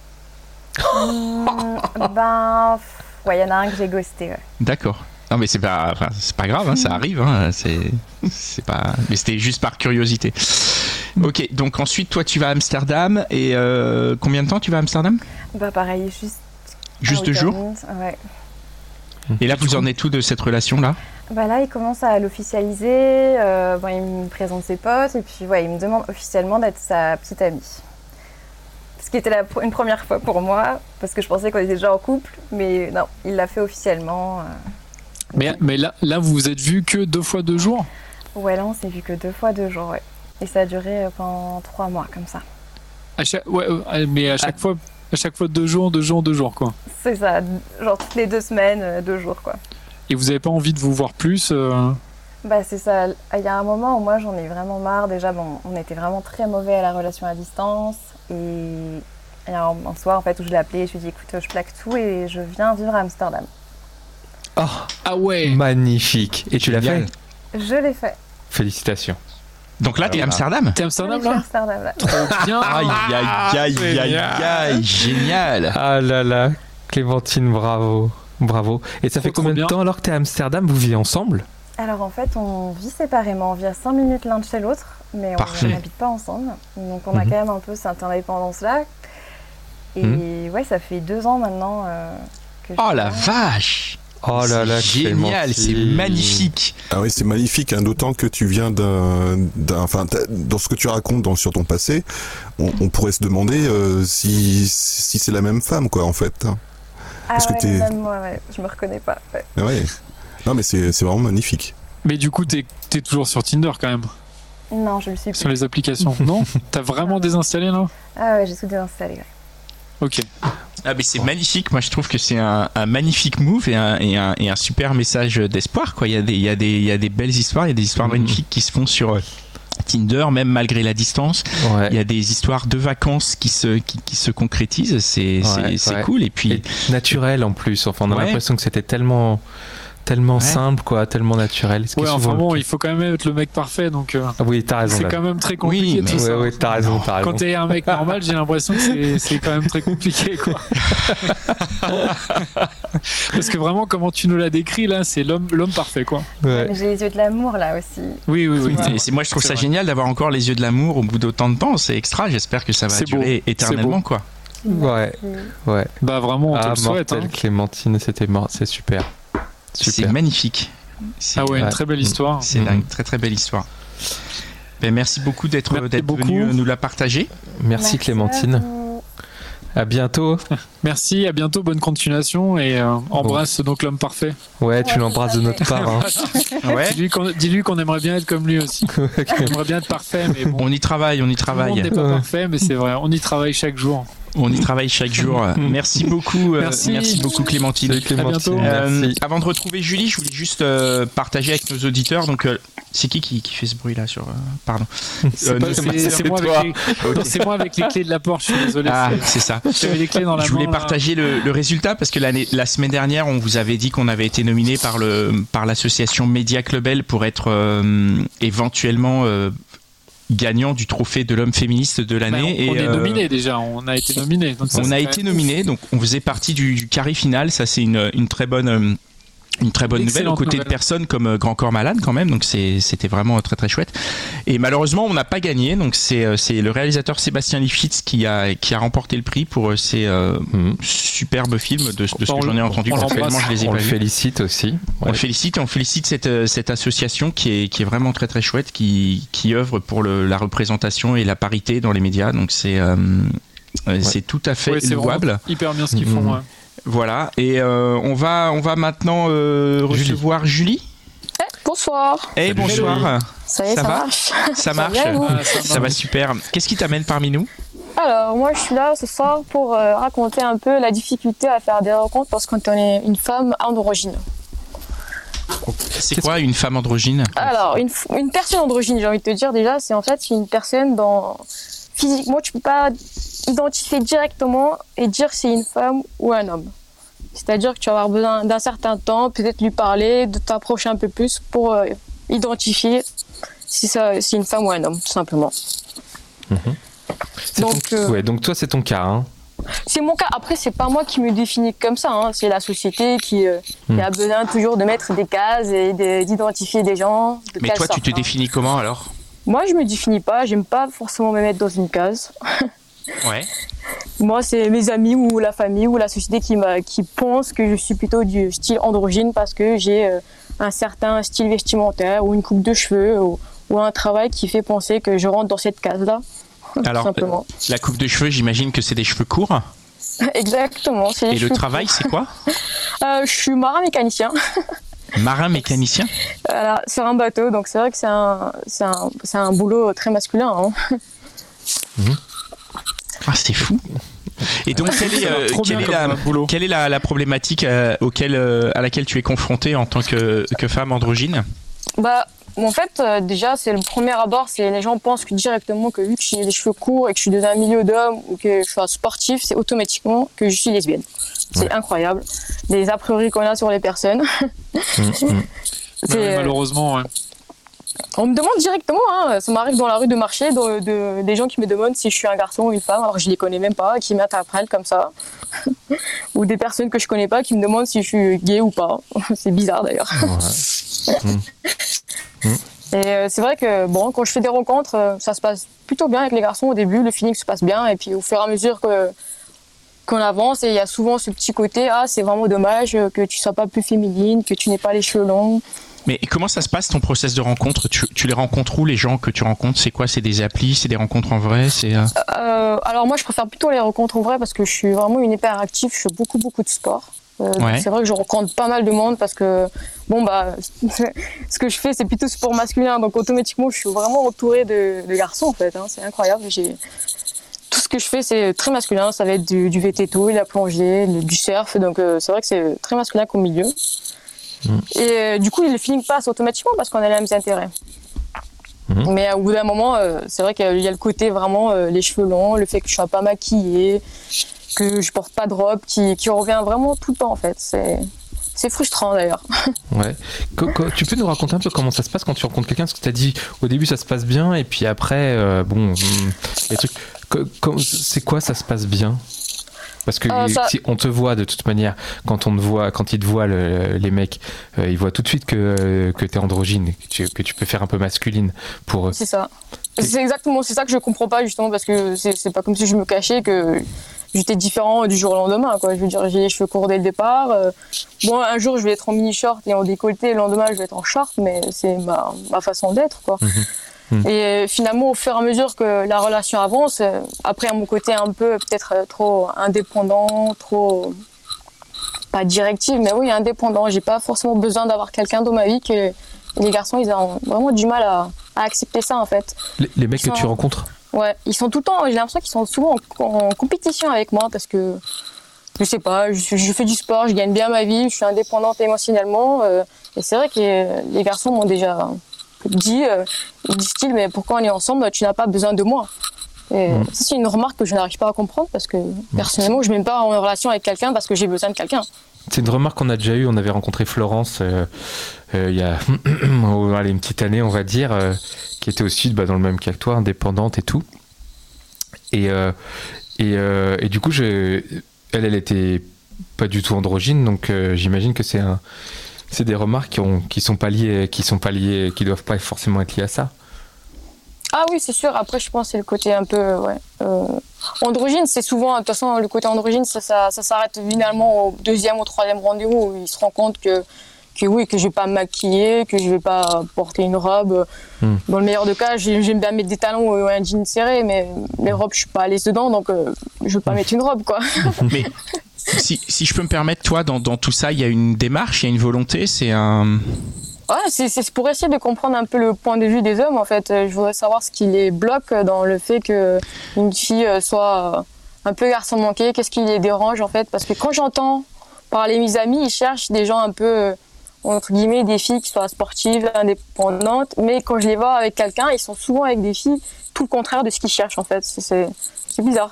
Mmh, ben, ouais, il y en a un que j'ai ghosté. Ouais. D'accord. Non mais c'est pas, enfin, c'est pas grave, hein, ça arrive. Hein, c'est, c'est pas. Mais c'était juste par curiosité. Ok. Donc ensuite, toi, tu vas à Amsterdam et euh, combien de temps tu vas à Amsterdam? Bah pareil, juste. Juste deux jours. Ouais. Et là, vous en êtes où de cette relation-là? Bah là, il commence à l'officialiser. Euh, bon, il me présente ses potes et puis ouais, il me demande officiellement d'être sa petite amie. Ce qui était la, une première fois pour moi, parce que je pensais qu'on était déjà en couple, mais non, il l'a fait officiellement. Euh... Mais, mais là, là, vous vous êtes vus que deux fois deux jours? Ouais, là, on s'est vu que deux fois deux jours, ouais. Et ça a duré pendant trois mois, comme ça. À chaque, ouais, mais à chaque, ah. fois, à chaque fois deux jours, deux jours, deux jours, quoi. C'est ça, genre toutes les deux semaines, deux jours, quoi. Et vous n'avez pas envie de vous voir plus euh... Bah c'est ça, il y a un moment où moi j'en ai vraiment marre. Déjà, bon, on était vraiment très mauvais à la relation à distance. Et il y a un, un soir en fait où je l'ai appelé et je lui ai dit écoute, je plaque tout et je viens vivre à Amsterdam. Oh, ah ouais, magnifique. Et tu l'as fait? Je l'ai fait. Félicitations. Donc là, t'es à Amsterdam? T'es à Amsterdam oui, là? Amsterdam là. Trop bien. Aïe aïe aïe aïe aïe, génial. Ah là là, Clémentine, bravo. Bravo. Et ça trop, fait combien de temps alors que t'es à Amsterdam? Vous vivez ensemble? Alors en fait, on vit séparément. On vit à cinq minutes l'un de chez l'autre, mais on n'habite pas ensemble. Donc on a mmh. quand même un peu cette indépendance-là. Et mmh. ouais, ça fait deux ans maintenant euh, que je Oh la vache! Oh là là, c'est génial, c'est magnifique. Ah oui, c'est magnifique, hein, d'autant que tu viens d'un, d'un, enfin, dans ce que tu racontes dans, sur ton passé, on, on pourrait se demander euh, si, si c'est la même femme, quoi, en fait. Ah Parce ouais, que t'es... même moi, ouais, je me reconnais pas. Ouais. Ah ouais. Non, mais c'est, c'est vraiment magnifique. Mais du coup, t'es, t'es toujours sur Tinder quand même? Non, je le suis plus. Sur les applications? Non? T'as vraiment désinstallé là? Ah ouais, j'ai tout désinstallé. Ouais. Ok. Ah mais c'est magnifique, moi je trouve que c'est un, un magnifique move et un, et, un, et un super message d'espoir, quoi. Il y a des, il y a des, il y a des belles histoires, il y a des histoires mmh. magnifiques qui se font sur Tinder, même malgré la distance. Ouais. Il y a des histoires de vacances qui se, qui, qui se concrétisent, c'est, ouais, c'est, c'est ouais. cool. Et puis et naturel en plus, enfin on a ouais. l'impression que c'était tellement... tellement ouais. simple, quoi, tellement naturel. Ouais, enfin bon, il faut quand même être le mec parfait, donc. Euh, ah oui, t'as raison. C'est là. quand même très compliqué. Oui, mais tout ouais, ça. Ouais, t'as raison, t'as raison. Quand t'es un mec normal, j'ai l'impression que c'est, c'est quand même très compliqué, quoi. Parce que vraiment, comment tu nous l'as décrit là, c'est l'homme, l'homme parfait, quoi. Ouais. J'ai les yeux de l'amour là aussi. Oui, oui, oui. Et c'est, moi, je trouve c'est ça vrai. génial d'avoir encore les yeux de l'amour au bout d'autant de temps. C'est extra. J'espère que ça va c'est durer beau. éternellement, quoi. Ouais, ouais. Bah vraiment, on ah, te le souhaite. Mortel, hein. Clémentine, c'était mort, c'est super. super. C'est magnifique. C'est, ah ouais, une très belle histoire. C'est mmh. une très très belle histoire. Ben, merci beaucoup d'être, merci d'être beaucoup. venu nous la partager. Merci, merci Clémentine. À, à bientôt. Merci, à bientôt, bonne continuation et euh, embrasse bon. donc l'homme parfait. Ouais, tu ouais, l'embrasses de notre part. Hein. ouais. dis-lui, qu'on, dis-lui qu'on aimerait bien être comme lui aussi. On aimerait bien être parfait, mais bon. On y travaille, on y travaille. Tout le monde n'est pas ouais. parfait, mais c'est vrai, on y travaille chaque jour. On y travaille chaque jour. Merci beaucoup, euh, merci. merci beaucoup Clémentine. Salut Clémentine. Euh, merci. Avant de retrouver Julie, je voulais juste euh, partager avec nos auditeurs. Donc, euh, c'est qui, qui qui fait ce bruit là sur euh, Pardon. C'est, euh, pas, c'est, c'est, c'est, moi avec les, okay. c'est moi avec les clés de la porte. Je suis désolé. Ah, c'est ça. J'avais les clés dans la je voulais main, partager le, le résultat parce que l'année, la semaine dernière, on vous avait dit qu'on avait été nominé par le par l'association Média Clubel pour être euh, éventuellement euh, gagnant du trophée de l'homme féministe de l'année. Ben, on, on et, est euh, nominé déjà, on a été nominé. Donc ça, on a été nominé, donc on faisait partie du, du carré final. Ça, c'est une, une très bonne. Euh, Une très bonne nouvelle aux côtés nouvelle. de personnes comme Grand Corps Malade quand même, donc c'est, c'était vraiment très très chouette. Et malheureusement on n'a pas gagné, donc c'est, c'est le réalisateur Sébastien Lifshitz qui a, qui a remporté le prix pour ces euh, mmh. superbes films de, de ce que on, j'en ai entendu. On, personnellement, je les ai on pas le vus. félicite aussi. Ouais. On le félicite et on félicite cette, cette association qui est, qui est vraiment très très chouette, qui, qui œuvre pour le, la représentation et la parité dans les médias, donc c'est, euh, ouais. c'est tout à fait ouais, louable. C'est hyper bien ce qu'ils font. Mmh. Ouais. Voilà, et euh, on va on va maintenant euh, recevoir Julie. Eh, bonsoir. Eh Salut, bonsoir. Julie. Ça y est, ça, ça va marche. Ça marche. Ça, bien, ça, ça va super. Qu'est-ce qui t'amène parmi nous? Alors, moi je suis là ce soir pour euh, raconter un peu la difficulté à faire des rencontres parce qu'on est une femme androgyne. C'est quoi une femme androgyne? Alors, une, une personne androgyne, j'ai envie de te dire déjà, c'est en fait une personne dans... Physiquement, tu peux pas identifier directement et dire si c'est une femme ou un homme. C'est-à-dire que tu vas avoir besoin d'un certain temps, peut-être lui parler, de t'approcher un peu plus pour euh, identifier si ça, c'est une femme ou un homme, tout simplement. Mmh. C'est donc, ton... euh... ouais, donc toi, c'est ton cas. Hein. C'est mon cas. Après, c'est pas moi qui me définis comme ça. Hein. C'est la société qui, euh, mmh. qui a besoin toujours de mettre des cases et de, d'identifier des gens. De Mais toi, sorte, tu te hein. définis comment alors ? Moi, je me définis pas. J'aime pas forcément me mettre dans une case. Ouais. Moi, c'est mes amis ou la famille ou la société qui, m'a, qui pense que je suis plutôt du style androgyne parce que j'ai euh, un certain style vestimentaire ou une coupe de cheveux ou, ou un travail qui fait penser que je rentre dans cette case-là. Alors, simplement. La coupe de cheveux, j'imagine que c'est des cheveux courts. Exactement. C'est Et le travail, courts. c'est quoi ? euh, Je suis marin mécanicien. Marin mécanicien ? Voilà, sur un bateau, donc c'est vrai que c'est un, c'est un, c'est un boulot très masculin. Hein. Mmh. Ah, c'est fou. Et donc, quelle est, euh, quelle est, la, quelle est la, la problématique euh, auquel, euh, à laquelle tu es confrontée en tant que, que femme androgyne ? Bah, en fait, euh, déjà, c'est le premier abord, c'est les gens pensent que directement que vu que j'ai les cheveux courts et que je suis dans un milieu d'hommes ou que je suis un sportif, c'est automatiquement que je suis lesbienne. C'est ouais. incroyable. Les a priori qu'on a sur les personnes. Mmh, mmh. C'est, ouais, malheureusement, ouais. On me demande directement, hein, ça m'arrive dans la rue de marcher, de, de, des gens qui me demandent si je suis un garçon ou une femme, alors que je les connais même pas, qui m'interprètent comme ça. Ou des personnes que je connais pas qui me demandent si je suis gay ou pas. C'est bizarre d'ailleurs. Ouais. mmh. Mmh. Et euh, c'est vrai que bon, quand je fais des rencontres, euh, ça se passe plutôt bien avec les garçons au début, le feeling se passe bien, et puis au fur et à mesure que, qu'on avance, et il y a souvent ce petit côté, ah c'est vraiment dommage que tu sois pas plus féminine, que tu n'aies pas les cheveux longs. Mais comment ça se passe ton process de rencontre ? tu, tu les rencontres où, les gens que tu rencontres ? C'est quoi ? C'est des applis ? C'est des rencontres en vrai ? C'est, euh... Euh, alors moi je préfère plutôt les rencontres en vrai parce que je suis vraiment une hyperactive, je fais beaucoup beaucoup de sport. Euh, ouais. C'est vrai que je rencontre pas mal de monde parce que bon bah ce que je fais c'est plutôt sport masculin, donc automatiquement je suis vraiment entourée de, de garçons en fait. Hein, c'est incroyable. J'ai... Tout ce que je fais c'est très masculin, ça va être du, du V T T O, de la plongée, du surf, donc euh, c'est vrai que c'est très masculin comme milieu. Mmh. Et euh, du coup, le feeling passe automatiquement parce qu'on a les mêmes intérêts. Mmh. Mais au bout d'un moment, euh, c'est vrai qu'il y a le côté vraiment euh, les cheveux longs, le fait que je sois pas maquillée, que je porte pas de robe, qui, qui revient vraiment tout le temps en fait. C'est, c'est frustrant d'ailleurs. Ouais. Qu- qu- tu peux nous raconter un peu comment ça se passe quand tu rencontres quelqu'un ? Parce que tu as dit au début ça se passe bien et puis après, euh, bon, les trucs. Qu- c'est quoi ça se passe bien ? Parce que euh, ça... si on te voit de toute manière, quand on te voit, quand ils te voient le, les mecs, euh, ils voient tout de suite que euh, que t'es androgyne, que tu, que tu peux faire un peu masculine pour eux. C'est ça. C'est exactement, c'est ça que je comprends pas justement parce que c'est, c'est pas comme si je me cachais que j'étais différent du jour au lendemain, quoi. Je veux dire, j'ai les cheveux courts dès le départ. Euh, bon, un jour je vais être en mini short et en décolleté, le lendemain je vais être en short, mais c'est ma ma façon d'être, quoi. Mmh. Et finalement, au fur et à mesure que la relation avance, après à mon côté un peu peut-être trop indépendant, trop pas directive, mais oui indépendant. J'ai pas forcément besoin d'avoir quelqu'un dans ma vie. Que les garçons, ils ont vraiment du mal à, à accepter ça en fait. Les, les mecs ils que sont, tu rencontres. Ouais, ils sont tout le temps. J'ai l'impression qu'ils sont souvent en, en compétition avec moi parce que je sais pas, je, je fais du sport, je gagne bien ma vie, je suis indépendante émotionnellement. Euh, et c'est vrai que les, les garçons m'ont déjà dit, euh, ils disent-ils, mais pourquoi on est ensemble, tu n'as pas besoin de moi. Et mmh. ça, c'est une remarque que je n'arrive pas à comprendre parce que personnellement, je ne me mets pas en relation avec quelqu'un parce que j'ai besoin de quelqu'un. C'est une remarque qu'on a déjà eue. On avait rencontré Florence euh, euh, il y a allez, une petite année, on va dire, euh, qui était aussi bah, dans le même cas que toi, indépendante et tout. Et, euh, et, euh, et du coup, je, elle, elle était pas du tout androgyne, donc euh, j'imagine que c'est un. C'est des remarques qui, ont, qui sont pas liées, qui sont pas liées, qui doivent pas forcément être liées à ça. Ah oui, c'est sûr. Après, je pense que c'est le côté un peu, ouais. Euh, androgyne, c'est souvent, de toute façon, le côté androgyne, ça, ça, ça s'arrête finalement au deuxième ou troisième rendez-vous où il se rend compte que, que oui, que je vais pas me maquiller, que je vais pas porter une robe. Mm. Dans le meilleur des cas, j'aime bien mettre des talons ou un jean serré, mais les robes, je suis pas à l'aise dedans, donc euh, je vais pas mm. mettre une robe, quoi. Mais si, si je peux me permettre, toi, dans, dans tout ça, il y a une démarche, il y a une volonté, c'est un... Ouais, c'est, c'est pour essayer de comprendre un peu le point de vue des hommes, en fait. Je voudrais savoir ce qui les bloque dans le fait qu'une fille soit un peu garçon manqué, qu'est-ce qui les dérange, en fait. Parce que quand j'entends parler mes amis, ils cherchent des gens un peu, entre guillemets, des filles qui soient sportives, indépendantes. Mais quand je les vois avec quelqu'un, ils sont souvent avec des filles tout le contraire de ce qu'ils cherchent, en fait. C'est, c'est, c'est bizarre.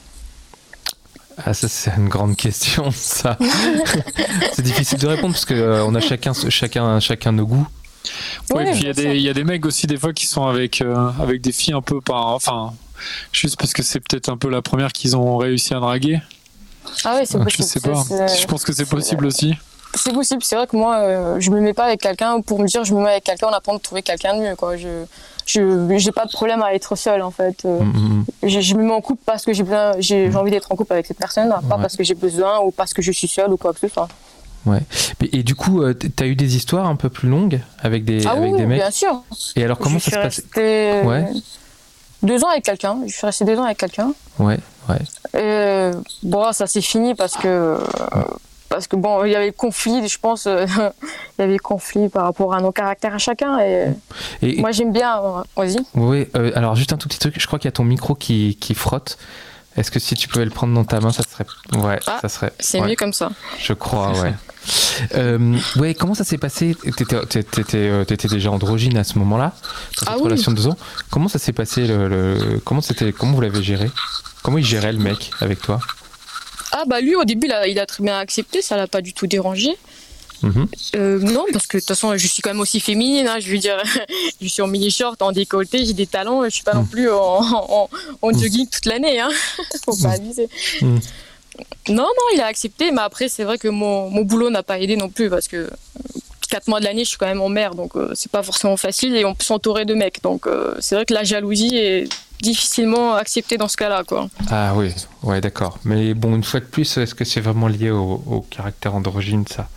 Ah, ça, c'est une grande question, ça. C'est difficile de répondre parce qu'on euh, a chacun, chacun, chacun nos goûts. Ouais, Ouais, et puis il y a bien des sûr. il y a des mecs aussi des fois qui sont avec euh, avec des filles un peu par enfin juste parce que c'est peut-être un peu la première qu'ils ont réussi à draguer. Ah ouais, c'est Je possible. sais Ça, pas. c'est- Je pense que c'est c'est- possible aussi. C'est possible, c'est vrai que moi, euh, je me mets pas avec quelqu'un pour me dire je me mets avec quelqu'un en attendant de trouver quelqu'un de mieux, quoi. Je, je, j'ai pas de problème à être seule, en fait. Euh, Mhm. je, je me mets en couple parce que j'ai besoin, j'ai, j'ai envie d'être en couple avec cette personne, pas Ouais. parce que j'ai besoin ou parce que je suis seule ou quoi que ce soit. Ouais. Et, et du coup, euh, t'as eu des histoires un peu plus longues avec des, Ah avec oui, des mecs. bien sûr. Et alors, comment je ça se suis passe restée Ouais. deux ans avec quelqu'un. Je suis restée deux ans avec quelqu'un. Ouais, ouais. Et, bon, ça s'est fini parce que. Parce que bon, il y avait conflit, je pense, euh, il y avait conflit par rapport à nos caractères à chacun. Et, Et, moi, j'aime bien. euh, Vas-y. Oui, euh, alors juste un tout petit truc, je crois qu'il y a ton micro qui, qui frotte. Est-ce que si tu pouvais le prendre dans ta main, ça serait. Ouais, Ah, ça serait. C'est ouais, mieux comme ça. Je crois, ouais. euh, ouais, comment ça s'est passé? T'étais, t'étais, euh, t'étais déjà androgyne à ce moment-là, dans cette Ah oui. relation de deux ans. Comment ça s'est passé le, le- comment c'était, comment vous l'avez géré? Comment il gérait le mec avec toi? Ah bah lui au début il a, il a très bien accepté, ça l'a pas du tout dérangé. Mhm. Euh, non parce que de toute façon je suis quand même aussi féminine, hein, je veux dire, je suis en mini short, en décolleté, j'ai des talons, je suis pas non plus en, en, en jogging toute l'année, hein. Faut pas abuser. Mhm. Non non il a accepté, mais après c'est vrai que mon, mon boulot n'a pas aidé non plus parce que quatre mois de l'année je suis quand même en mer, donc euh, c'est pas forcément facile et on peut s'entourer de mecs, donc euh, c'est vrai que la jalousie est difficilement acceptée dans ce cas-là, quoi. Ah oui, ouais, d'accord. Mais bon, une fois de plus, est-ce que c'est vraiment lié au, au caractère androgyne, ça?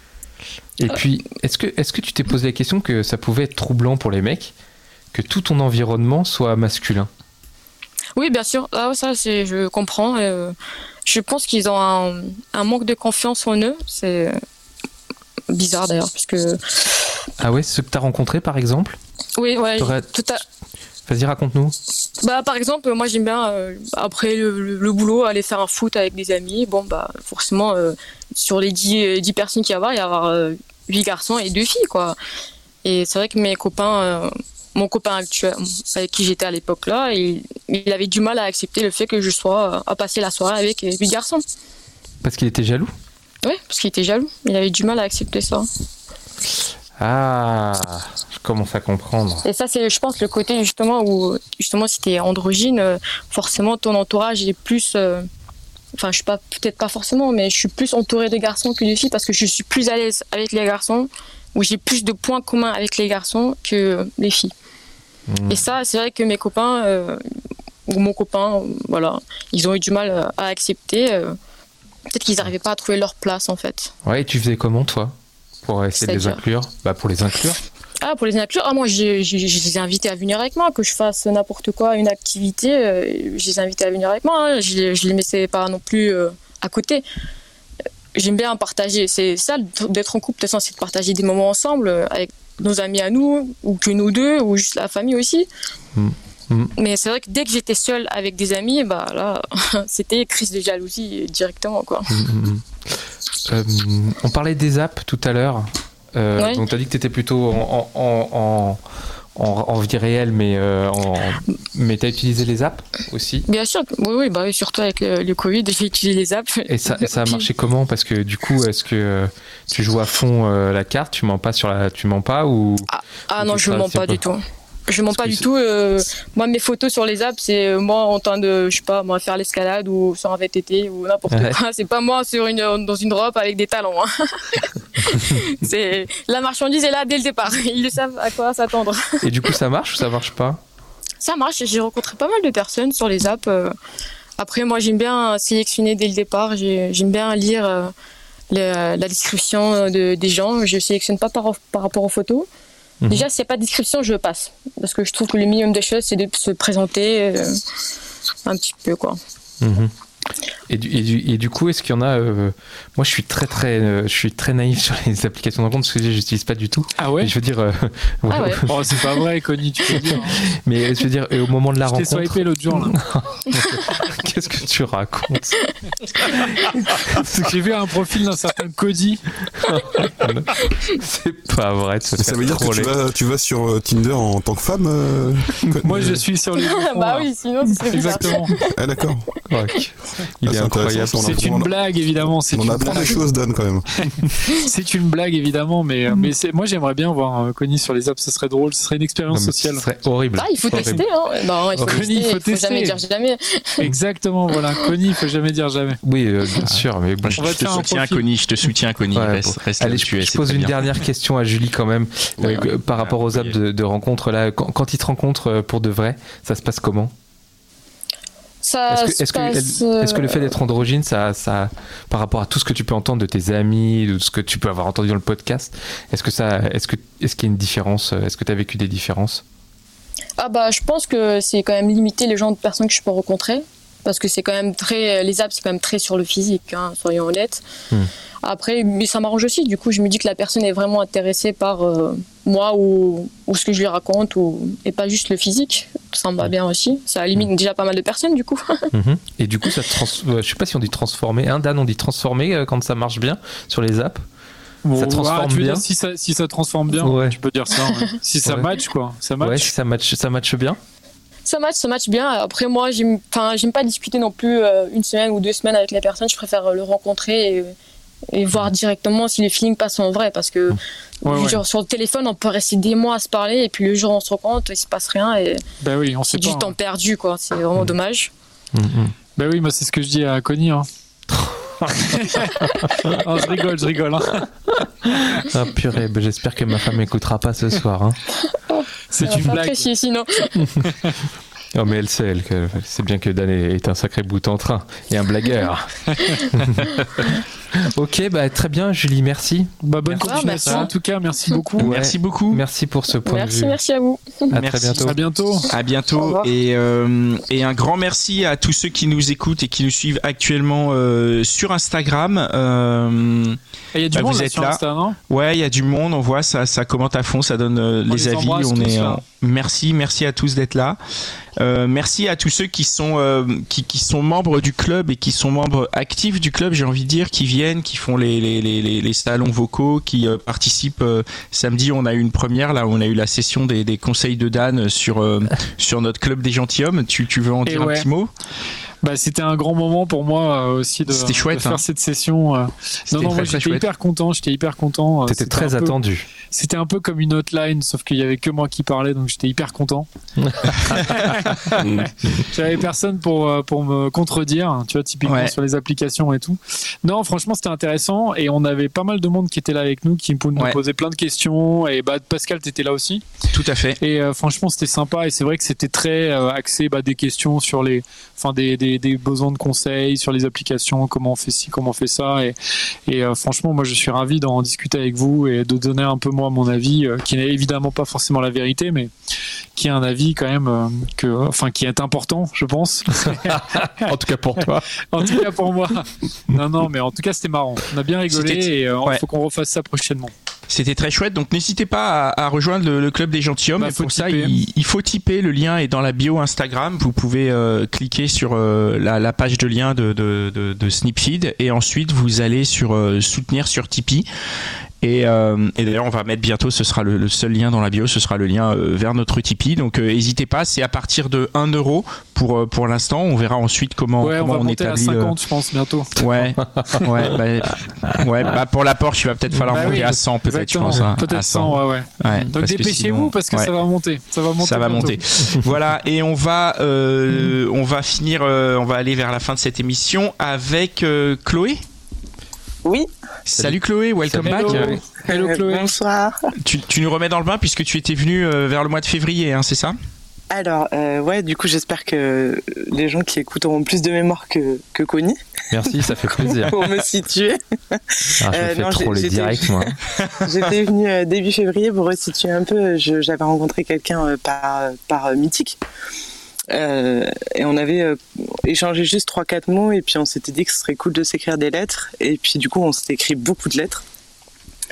Et puis, est-ce que, est-ce que tu t'es posé la question que ça pouvait être troublant pour les mecs, que tout ton environnement soit masculin? Oui, bien sûr. Ah, ça, c'est, je comprends. Euh, je pense qu'ils ont un, un manque de confiance en eux. C'est bizarre d'ailleurs, puisque. Ah ouais, ceux que t'as rencontrés, par exemple? Oui, ouais. T'aurais- Tout à... Vas-y, raconte-nous. Bah, par exemple, moi j'aime bien euh, après le, le- le boulot aller faire un foot avec des amis. Bon, bah forcément, euh, sur les dix dix personnes qu'il y a, il y a huit garçons et deux filles, quoi. Et c'est vrai que mes copains, euh, mon copain actuel avec qui j'étais à l'époque là, il, il avait du mal à accepter le fait que je sois euh, à passer la soirée avec huit garçons. Parce qu'il était jaloux? Oui, parce qu'il était jaloux. Il avait du mal à accepter ça. Ah, je commence à comprendre. Et ça, c'est, je pense, le côté justement où, justement, si t'es androgyne, euh, forcément, ton entourage est plus. euh, Enfin, je suis pas, peut-être pas forcément, mais je suis plus entourée de garçons que de filles parce que je suis plus à l'aise avec les garçons, où j'ai plus de points communs avec les garçons que les filles. Mmh. Et ça, c'est vrai que mes copains, euh, ou mon copain, euh, voilà, ils ont eu du mal euh, à accepter. euh, Peut-être qu'ils n'arrivaient pas à trouver leur place, en fait. Ouais, et tu faisais comment, toi, pour essayer de les C'est-à-dire inclure? Bah, pour les inclure. Ah, pour les inclure, ah, moi, j'ai- j'ai- je les ai invités à venir avec moi, que je fasse n'importe quoi, une activité, euh, je les ai invités à venir avec moi, hein. je, les- je les mettais pas non plus euh, à côté. J'aime bien partager, c'est ça, d'être en couple, c'est de partager des moments ensemble, euh, avec nos amis à nous, ou que nous deux, ou juste la famille aussi. Mm. Mm. Mais c'est vrai que dès que j'étais seule avec des amis, bah là, c'était crise de jalousie directement, quoi. Mm, mm, mm. Euh, on parlait des apps tout à l'heure. Euh, Ouais. Donc, tu as dit que tu étais plutôt en, en, en, en, en vie réelle, mais, euh, en... mais tu as utilisé les apps aussi. Bien sûr, oui, oui, bah oui, surtout avec le, le Covid, j'ai utilisé les apps. Et ça, et ça a marché comment? Parce que du coup, est-ce que euh, tu joues à fond euh, la carte? Tu mens pas sur la, tu mens pas ou? Ah ou non, tu je mens travestis un pas peu du tout. Je mens Parce pas que du c'est- tout. euh, moi, mes photos sur les apps, c'est euh, moi en train de, je sais pas, moi faire l'escalade ou sur un V T T ou n'importe Ouais. quoi. C'est pas moi sur une dans une robe avec des talons. Hein. C'est la marchandise est là dès le départ. Ils savent à quoi s'attendre. Et du coup, ça marche ou ça marche pas? Ça marche. J'ai rencontré pas mal de personnes sur les apps. euh. Après, moi, j'aime bien sélectionner dès le départ. J'ai- J'aime bien lire euh, le- la description de, des gens. Je sélectionne pas par, par rapport aux photos. Mhm. Déjà, s'il n'y a pas de description, je passe. Parce que je trouve que le minimum des choses, c'est de se présenter euh, un petit peu, quoi. Mhm. Et, du, et, du, et du coup, est-ce qu'il y en a euh, moi, je suis très très, euh, je suis très naïf sur les applications de rencontre parce que je n'utilise pas du tout. Ah ouais? Et je veux dire, euh, ouais, Ah ouais. Oh, c'est pas vrai, Connie, tu peux dire. mais je veux dire, et au moment de la Je t'ai rencontre, swipé l'autre jour, là. qu'est-ce que tu racontes? J'ai vu un profil d'un certain Cody. C'est pas vrai. Ça veut dire que tu vas, tu vas sur euh, Tinder en tant que femme euh, Moi, je suis sur les. bah oui, sinon, ce serait bizarre. Exactement. Ah d'accord. Ok. Il Ah, est c'est incroyable. intéressant, C'est une on- blague, évidemment. C'est On une en apprend blague. des choses, Dan, quand même. C'est une blague, évidemment, mais, mais c'est, moi, j'aimerais bien voir euh, Connie sur les apps. Ce serait drôle. Ce serait une Non, expérience mais sociale. Ce serait horrible. Ah, il faut Horrible. tester, hein. Non, il faut Connie, tester. il faut Il faut, tester. jamais dire jamais. Exactement, voilà. Connie, il faut jamais dire jamais. Oui, euh, bien sûr, mais bon. Moi, je On va te te faire un soutiens, profil. Connie. Je te soutiens, Connie. Ouais, reste, bon. reste là Allez, où je, tu es, je c'est pose très une bien. dernière question à Julie quand même, Oui, euh, oui. par rapport aux Oui. apps de, de rencontres là. Quand, quand ils te rencontrent euh, pour de vrai, ça se passe comment? Ça Est-ce que, se est-ce que, passe, elle- est-ce que le euh, fait d'être androgyne, ça, ça, par rapport à tout ce que tu peux entendre de tes amis, de ce que tu peux avoir entendu dans le podcast, est-ce que ça, est-ce que, est-ce qu'il y a une différence? Est-ce que tu as vécu des différences? Ah bah je pense que c'est quand même limité les gens de personnes que je peux rencontrer parce que c'est quand même très les apps c'est quand même très sur le physique hein, soyons honnêtes. Hmm. Après mais ça m'arrange aussi du coup je me dis que la personne est vraiment intéressée par euh, moi ou, ou ce que je lui raconte ou et pas juste le physique, ça me va bien aussi, ça élimine déjà pas mal de personnes du coup. Mhm. Et du coup, ça te trans... euh, je sais pas si on dit transformer. Hein, Dan, on dit transformer euh, quand ça marche bien sur les apps. Bon, Ça transforme ah, tu veux bien. dire si ça, si ça transforme bien, Ouais. tu peux dire ça. Ouais. Si ça Ouais. match, quoi. Ça match. Ouais, si ça match, ça match bien. Ça match, ça match bien. Après moi j'aime, enfin j'aime pas discuter non plus euh, une semaine ou deux semaines avec la personne, je préfère euh, le rencontrer et, et voir directement si les feelings passent en vrai parce que Ouais, ouais. genre, sur le téléphone on peut rester des mois à se parler et puis le jour on se rencontre il se passe rien et Bah oui, on sait c'est pas. du temps hein. perdu quoi, c'est vraiment dommage. Mhm. Bah oui, moi c'est ce que je dis à Connie. Hein. Oh, je rigole, je rigole. Hein. Ah purée, bah, j'espère que ma femme écoutera pas ce soir. Hein. C'est Elle va une pas blague. apprécier sinon. Non mais elle sait, elle, que c'est bien que Dan est est un sacré bout en train et un blagueur. Ok, bah très bien, Julie, merci. Bah bonne Merci. continuation. Merci. En tout cas, merci beaucoup. Ouais. Merci beaucoup. Merci pour ce point Merci, de vue. merci à vous. À Merci. très bientôt. À bientôt. À Au bientôt revoir. et, euh, et un grand merci à tous ceux qui nous écoutent et qui nous suivent actuellement euh, sur Instagram. Euh, Et il y a du Bah, monde vous là, êtes sur là. Insta, non? ouais, il y a du monde, on voit ça, ça commente à fond, ça donne euh, On les les avis. embrasse On tous, est là. euh, merci, merci à tous d'être là. Euh, merci à tous ceux qui sont euh, qui, qui sont membres du club et qui sont membres actifs du club, j'ai envie de dire, qui viennent, qui font les les les, les, les salons vocaux, qui euh, participent. euh, samedi, on a eu une première là, on a eu la session des, des conseils de Dan sur euh, sur notre club des gentilshommes. Tu tu veux en Et dire ouais. un petit mot? Bah, c'était un grand moment pour moi euh, aussi de, C'était chouette, de faire hein. cette session. euh. C'était Non, non, très, moi très j'étais chouette. hyper content. J'étais hyper content. euh, C'était c'était très un peu- attendu. C'était un peu comme une hotline, sauf qu'il y avait que moi qui parlais, donc j'étais hyper content. J'avais personne pour euh, pour me contredire, tu vois, typiquement Ouais. sur les applications et tout. Non, franchement, c'était intéressant et on avait pas mal de monde qui était là avec nous, qui nous Ouais. posait plein de questions. Et bah, Pascal, t'étais là aussi. Tout à fait. Et euh, franchement, c'était sympa. Et c'est vrai que c'était très euh, axé bah, des questions sur les, enfin des, des, des besoins de conseils sur les applications, comment on fait ci, comment on fait ça. Et, et euh, franchement, moi, je suis ravi d'en discuter avec vous et de donner un peu moi mon avis, euh, qui n'est évidemment pas forcément la vérité, mais qui est un avis quand même euh, que, enfin, qui est important, je pense. En tout cas pour toi. En tout cas pour moi. Non, non, mais en tout cas, c'était marrant. On a bien rigolé C'était- et il ouais. faut qu'on refasse ça prochainement. C'était très chouette, donc n'hésitez pas à, à rejoindre le, le club des gentilshommes. Bah, et faut pour ça, tiper. il, il faut tiper. Le lien est dans la bio Instagram. Vous pouvez euh, cliquer sur euh, la, la page de lien de, de, de, de Snipfeed et ensuite vous allez sur euh, soutenir sur Tipeee. Et, euh, et d'ailleurs, on va mettre bientôt, ce sera le, le seul lien dans la bio, ce sera le lien euh, vers notre Tipeee. Donc, euh, n'hésitez pas, c'est à partir de un euro pour, euh, pour l'instant. On verra ensuite comment, Ouais, on comment va on, monter à établit. cinquante, je pense, bientôt. euh, ouais, ouais, bah, ouais bah, pour la Porsche, il va peut-être falloir Bah monter oui, à cent, peut-être, je exactement. pense. hein, à Peut-être cent. cent, ouais, ouais. Ouais, Donc parce que dépêchez-vous sinon- parce que ouais. ça va monter. Ça va monter. Ça va bientôt. monter. Voilà, et on va, euh, on va finir, euh, on va aller vers la fin de cette émission avec euh, Chloé. Oui. Salut Chloé, welcome Hello. back. Hello Euh, Chloé. Bonsoir. Tu, tu nous remets dans le bain puisque tu étais venue euh, vers le mois de février, hein, c'est ça? Alors, euh, ouais, du coup, j'espère que les gens qui écoute auront plus de mémoire que, que Connie Merci, ça fait plaisir. pour me situer. Ah, je Euh, fais non, trop j'ai- les j'étais- directs, moi. J'étais venue euh, début février pour resituer un peu. Je- J'avais rencontré quelqu'un euh, par, par euh, Mythique. Euh, et on avait euh, échangé juste trois quatre mots et puis on s'était dit que ce serait cool de s'écrire des lettres. Et puis du coup, on s'était écrit beaucoup de lettres.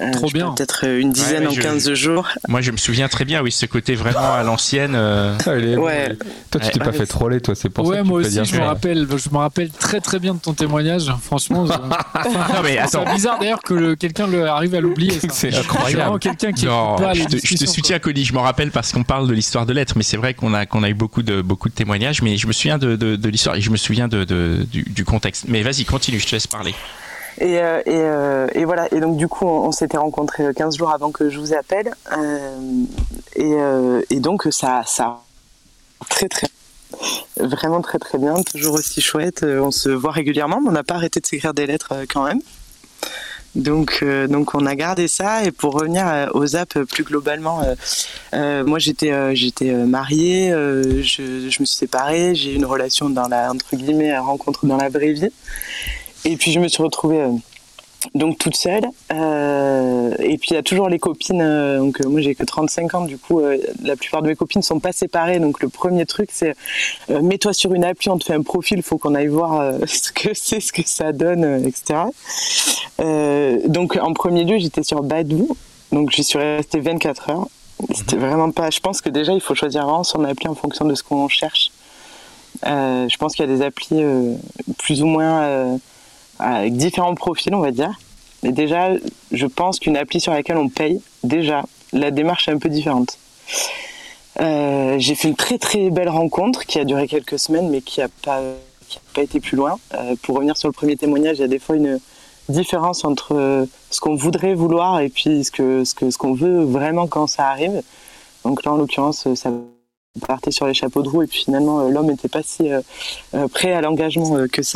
Euh, Trop je sais pas, bien. Peut-être une dizaine Ouais, ouais, en je- quinze jours. Moi, je me souviens très bien, oui, ce côté vraiment à l'ancienne. euh, Ah, il est- Ouais. Toi, tu t'es Ouais. pas fait troller, toi, c'est pour ça Ouais, que tu moi peux aussi, dire je me ça. rappelle, je me rappelle très très bien de ton témoignage. Franchement, je- Non, mais attends. c'est bizarre d'ailleurs que le- quelqu'un le arrive à l'oublier. ça. C'est Je suis vraiment incroyable. quelqu'un qui Non, écoute pas les je, te, je te discussions, soutiens, Cody. Je m'en rappelle parce qu'on parle de l'histoire de l'être, mais c'est vrai qu'on a qu'on a eu beaucoup de beaucoup de témoignages. Mais je me souviens de, de, de l'histoire et je me souviens de, de du, du contexte. Mais vas-y, continue. Je te laisse parler. Et, euh, et, euh, et voilà, et donc du coup on, on s'était rencontrés quinze jours avant que je vous appelle, euh, et, euh, et donc ça, ça très très vraiment très très bien, toujours aussi chouette, on se voit régulièrement, mais on n'a pas arrêté de s'écrire des lettres euh, quand même. Donc, euh, donc on a gardé ça. Et pour revenir euh, aux apps euh, plus globalement, euh, euh, moi j'étais euh, j'étais euh, mariée, euh, je, je me suis séparée, j'ai eu une relation dans la entre guillemets rencontre dans la vraie vie. Et puis je me suis retrouvée euh, donc toute seule. Euh, et puis il y a toujours les copines. Euh, donc euh, moi j'ai que trente-cinq ans, du coup euh, la plupart de mes copines sont pas séparées. Donc le premier truc c'est euh, mets-toi sur une appli, on te fait un profil, faut qu'on aille voir euh, ce que c'est, ce que ça donne, euh, et cetera. Euh, donc en premier lieu j'étais sur Badoo. Donc j'y suis restée vingt-quatre heures. C'était vraiment pas. Je pense que déjà il faut choisir vraiment son appli en fonction de ce qu'on cherche. Euh, je pense qu'il y a des applis euh, plus ou moins euh, avec différents profils, on va dire. Mais déjà, je pense qu'une appli sur laquelle on paye, déjà, la démarche est un peu différente. Euh, j'ai fait une très très belle rencontre qui a duré quelques semaines, mais qui n'a pas, qui a pas été plus loin. Euh, pour revenir sur le premier témoignage, il y a des fois une différence entre euh, ce qu'on voudrait vouloir et puis ce que, ce que, ce qu'on veut vraiment quand ça arrive. Donc là, en l'occurrence, ça partait sur les chapeaux de roue et puis finalement, l'homme n'était pas si euh, prêt à l'engagement euh, que ça.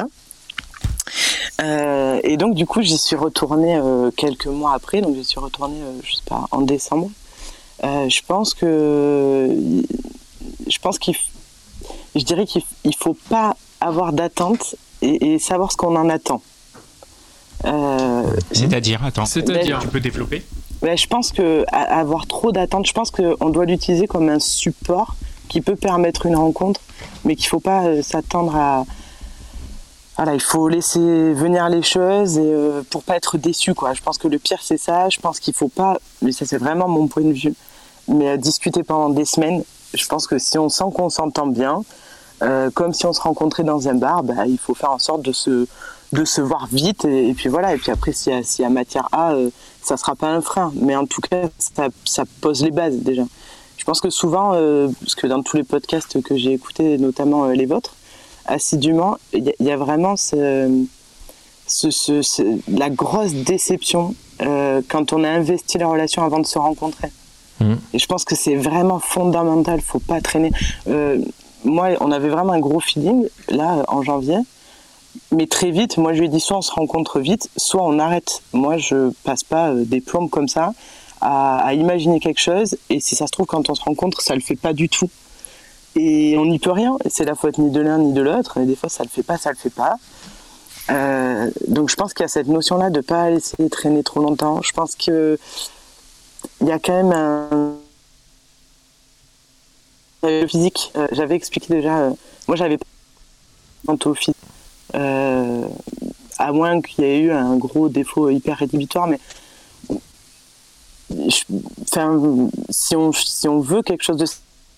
Euh, et donc du coup j'y suis retournée euh, quelques mois après, donc j'y suis retournée euh, je sais pas, en décembre. Euh, je pense que je pense qu'il je dirais qu'il il faut pas avoir d'attente et, et savoir ce qu'on en attend. Euh, C'est-à-dire, attends, C'est-à-dire tu peux développer? ben, je pense que à, avoir trop d'attente, je pense qu'on doit l'utiliser comme un support qui peut permettre une rencontre, mais qu'il faut pas euh, s'attendre à Voilà, il faut laisser venir les choses et euh, pour pas être déçu, quoi. Je pense que le pire c'est ça. Je pense qu'il faut pas, mais ça c'est vraiment mon point de vue, mais euh, discuter pendant des semaines. Je pense que si on sent qu'on s'entend bien, euh, comme si on se rencontrait dans un bar, bah, il faut faire en sorte de se de se voir vite et, et puis voilà. Et puis après, s'il y a, s'il y a matière à, euh, ça sera pas un frein, mais en tout cas, ça, ça pose les bases déjà. Je pense que souvent, euh, parce que dans tous les podcasts que j'ai écoutés, notamment euh, les vôtres, assidûment, il y, y a vraiment ce, ce, ce, ce, la grosse déception euh, quand on a investi la relation avant de se rencontrer. Mmh. Et je pense que c'est vraiment fondamental, faut pas traîner. Euh, moi, on avait vraiment un gros feeling, là, en janvier, mais très vite, moi je lui ai dit soit on se rencontre vite, soit on arrête. Moi, je passe pas euh, des plombes comme ça à, à imaginer quelque chose, et si ça se trouve, quand on se rencontre, ça le fait pas du tout. Et on n'y peut rien, c'est la faute ni de l'un ni de l'autre, et des fois ça le fait pas, ça le fait pas. Euh, donc je pense qu'il y a cette notion-là de pas laisser traîner trop longtemps. Je pense que il y a quand même un le physique. Euh, j'avais expliqué déjà, euh, moi j'avais pas au physique, euh, à moins qu'il y ait eu un gros défaut hyper rédhibitoire, mais je, enfin, si on si on veut quelque chose de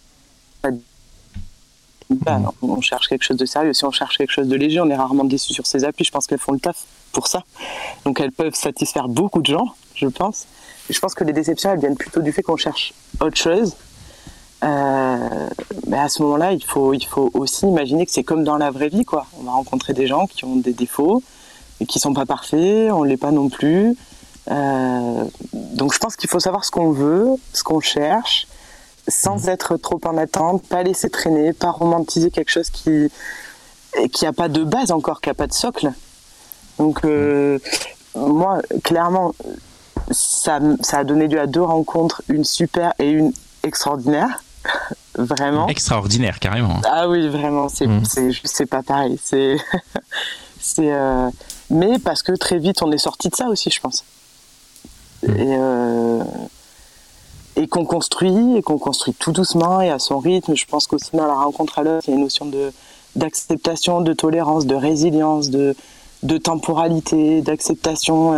Bah, on cherche quelque chose de sérieux. Si on cherche quelque chose de léger, on est rarement déçu sur ces applis. Je pense qu'elles font le taf pour ça. Donc elles peuvent satisfaire beaucoup de gens, je pense. Et je pense que les déceptions, elles viennent plutôt du fait qu'on cherche autre chose. Euh, mais à ce moment-là, il faut, il faut aussi imaginer que c'est comme dans la vraie vie, quoi. On va rencontrer des gens qui ont des défauts et qui sont pas parfaits. On l'est pas non plus. Euh, donc je pense qu'il faut savoir ce qu'on veut, ce qu'on cherche, sans être trop en attente, pas laisser traîner, pas romantiser quelque chose qui qui a pas de base encore, qui a pas de socle. Donc euh, moi, clairement, ça, ça a donné lieu à deux rencontres, une super et une extraordinaire, vraiment. Extraordinaire, carrément. Ah oui, vraiment, c'est mmh. c'est c'est pas pareil, c'est c'est euh, mais parce que très vite on est sorti de ça aussi, je pense. Mmh. Et euh, et qu'on construit, et qu'on construit tout doucement et à son rythme. Je pense qu'aussi dans la rencontre à l'autre, il y a une notion de, d'acceptation, de tolérance, de résilience, de, de temporalité, d'acceptation euh,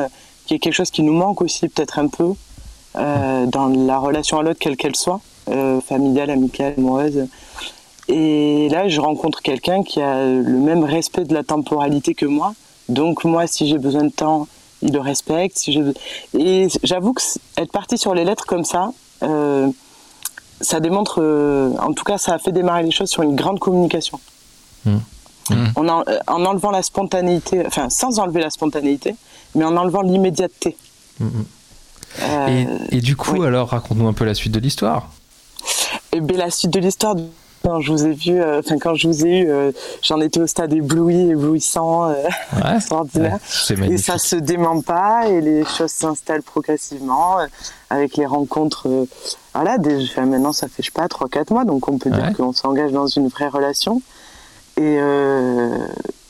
qui est quelque chose qui nous manque aussi peut-être un peu euh, dans la relation à l'autre, quelle qu'elle soit, euh, familiale, amicale, amoureuse. Et là, je rencontre quelqu'un qui a le même respect de la temporalité que moi. Donc moi, si j'ai besoin de temps, il le respecte. Si j'ai... Et j'avoue que être parti sur les lettres comme ça, euh, ça démontre, euh, en tout cas, ça a fait démarrer les choses sur une grande communication. Mmh. Mmh. On en, en enlevant la spontanéité, enfin sans enlever la spontanéité, mais en enlevant l'immédiateté. Mmh. Euh, et, et du coup, oui. alors, raconte-nous un peu la suite de l'histoire. Et bien, la suite de l'histoire... Quand je vous ai vu, enfin euh, quand je vous ai eu, euh, j'en étais au stade ébloui, éblouissant, euh, ouais, extraordinaire. Ouais, et ça se dément pas et les choses s'installent progressivement euh, avec les rencontres. Euh, voilà, des, enfin, maintenant ça fait je sais pas trois quatre mois, donc on peut ouais. dire qu'on s'engage dans une vraie relation. Et, euh,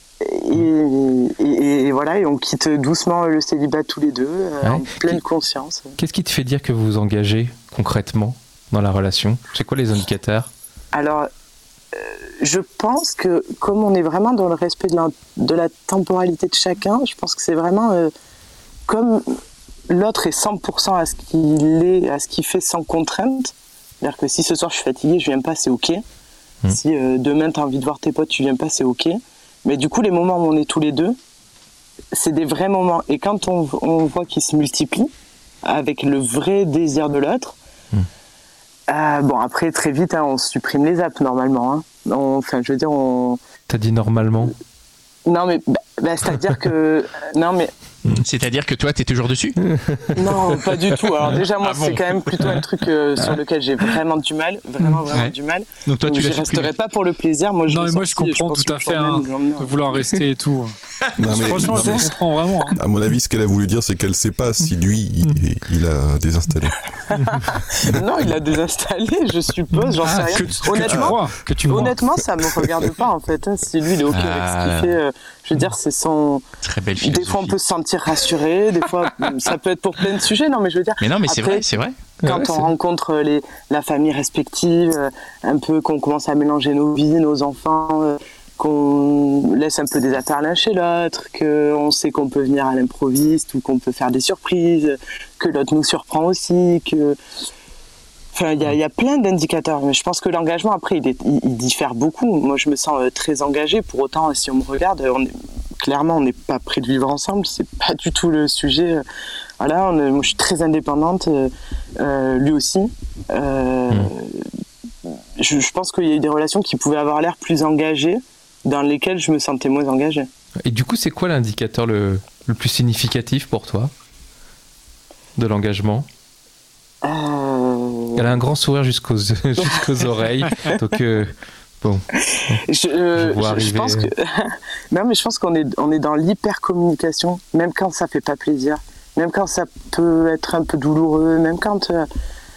et, et, et voilà, et on quitte doucement le célibat tous les deux, euh, ouais. en pleine Qu- conscience. Qu'est-ce qui te fait dire que vous vous engagez concrètement dans la relation ? C'est quoi les indicateurs ? Alors, euh, je pense que comme on est vraiment dans le respect de la, de la temporalité de chacun, je pense que c'est vraiment euh, comme l'autre est cent pour cent à ce qu'il est, à ce qu'il fait sans contrainte. C'est-à-dire que si ce soir je suis fatiguée, je viens pas, c'est ok. Mmh. Si euh, demain tu as envie de voir tes potes, tu viens pas, c'est ok. Mais du coup, les moments où on est tous les deux, c'est des vrais moments. Et quand on, on voit qu'ils se multiplient avec le vrai désir de l'autre, mmh. Euh, bon, après, très vite, hein, on supprime les apps, normalement. Hein. On, enfin, je veux dire, on... T'as dit normalement ? Non, mais bah, bah, c'est-à-dire que... Non, mais... C'est-à-dire que toi, t'es toujours dessus ? Non, pas du tout. Alors déjà, moi, ah bon. c'est quand même plutôt un truc euh, sur lequel j'ai vraiment du mal. Vraiment, vraiment ouais. du mal. Donc toi, tu je resterai pas pour le plaisir. Moi, je non, mais moi, je comprends je tout à fait hein, de vouloir rester et tout. Non, mais, franchement, non, je mais, comprends vraiment. Hein. À mon avis, ce qu'elle a voulu dire, c'est qu'elle sait pas si lui, il, il a désinstallé. Non, il a désinstallé, je suppose. J'en sais ah, rien. Que, honnêtement, que tu crois, que tu honnêtement, ça me regarde pas en fait. Hein, si lui, il est ok ah, avec ce qu'il fait, euh, je veux dire, c'est son. Très belle philosophie. Des fois, on peut se sentir rassuré. Des fois, ça peut être pour plein de sujets. Non, mais je veux dire. Mais non, mais après, c'est vrai, c'est vrai. Quand ouais, on c'est... rencontre les, la famille respective, un peu qu'on commence à mélanger nos vies, nos enfants, qu'on laisse un peu des affaires l'un chez l'autre, qu'on sait qu'on peut venir à l'improviste ou qu'on peut faire des surprises, que l'autre nous surprend aussi, que... Enfin, il y, y a plein d'indicateurs, mais je pense que l'engagement, après, il, est, il, il diffère beaucoup. Moi, je me sens euh, très engagée. Pour autant, si on me regarde, on est, clairement, on n'est pas prêt de vivre ensemble. C'est pas du tout le sujet. Voilà, on est, moi, je suis très indépendante. Euh, lui aussi. Euh, mmh. je, je pense qu'il y a eu des relations qui pouvaient avoir l'air plus engagées, dans lesquelles je me sentais moins engagée. Et du coup, c'est quoi l'indicateur le, le plus significatif pour toi de l'engagement ? Euh... Elle a un grand sourire jusqu'aux, jusqu'aux oreilles, donc euh, bon. Je, euh, je, je, je pense que non, mais je pense qu'on est on est dans l'hyper communication, même quand ça fait pas plaisir, même quand ça peut être un peu douloureux, même quand. Euh...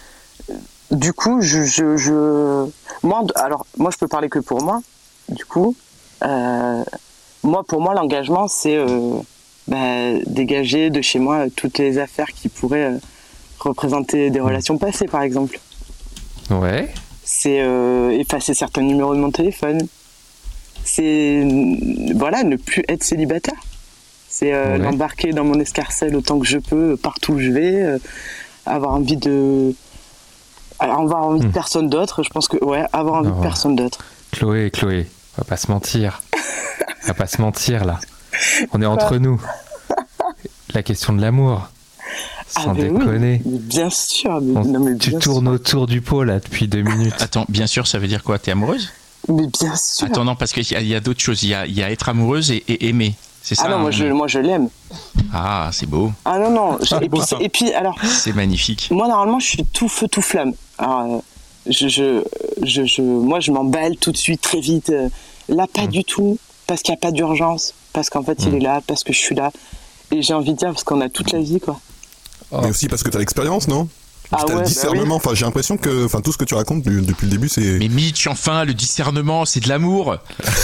Du coup, je, je, je moi alors moi je peux parler que pour moi. Du coup, euh... moi pour moi l'engagement c'est euh... bah, dégager de chez moi toutes les affaires qui pourraient euh... représenter des relations passées, par exemple. Ouais. C'est euh, effacer certains numéros de mon téléphone. C'est voilà, ne plus être célibataire. C'est euh, ouais. l'embarquer dans mon escarcelle autant que je peux, partout où je vais. Euh, avoir envie de, alors, avoir envie mmh. de personne d'autre. Je pense que ouais, avoir envie non. de personne d'autre. Chloé, Chloé, on va pas se mentir. On va pas se mentir là. On est entre nous. La question de l'amour. Sans ah déconner. Oui, bien sûr. Mais, On, non, mais tu bien tournes sûr. autour du pot là depuis deux minutes. Attends, bien sûr, ça veut dire quoi ? T'es amoureuse ? Mais bien sûr. Attends, non, parce qu'il y, y a d'autres choses. Il y a, il y a être amoureuse et, et aimer. C'est ça ? Ah non, hein, moi, je, moi je l'aime. Ah, c'est beau. Ah non, non. Je, et, puis, et puis, alors. C'est magnifique. Moi, normalement, je suis tout feu, tout flamme. Alors, je, je, je, je, moi, je m'emballe tout de suite, très vite. Là, pas mmh. du tout. Parce qu'il n'y a pas d'urgence. Parce qu'en fait, mmh. il est là. Parce que je suis là. Et j'ai envie de dire, parce qu'on a toute la vie, quoi. Mais aussi parce que t'as l'expérience, non ? Ah t'as ouais, le discernement, bah oui. enfin j'ai l'impression que enfin tout ce que tu racontes du, depuis le début c'est. Mais Mitch, enfin le discernement c'est de l'amour.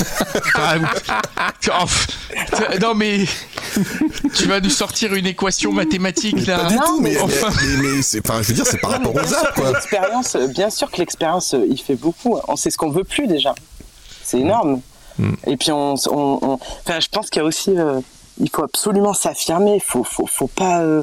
Non mais tu vas nous sortir une équation mathématique là. Pas du non, tout, mais, enfin... mais, mais, mais c'est, enfin je veux dire c'est par rapport aux apps quoi. L'expérience, bien sûr que l'expérience il fait beaucoup. On sait ce qu'on veut plus déjà. C'est énorme. Mm. Et puis on, on, on, enfin je pense qu'il y a aussi euh, il faut absolument s'affirmer. Faut, faut, faut pas, euh,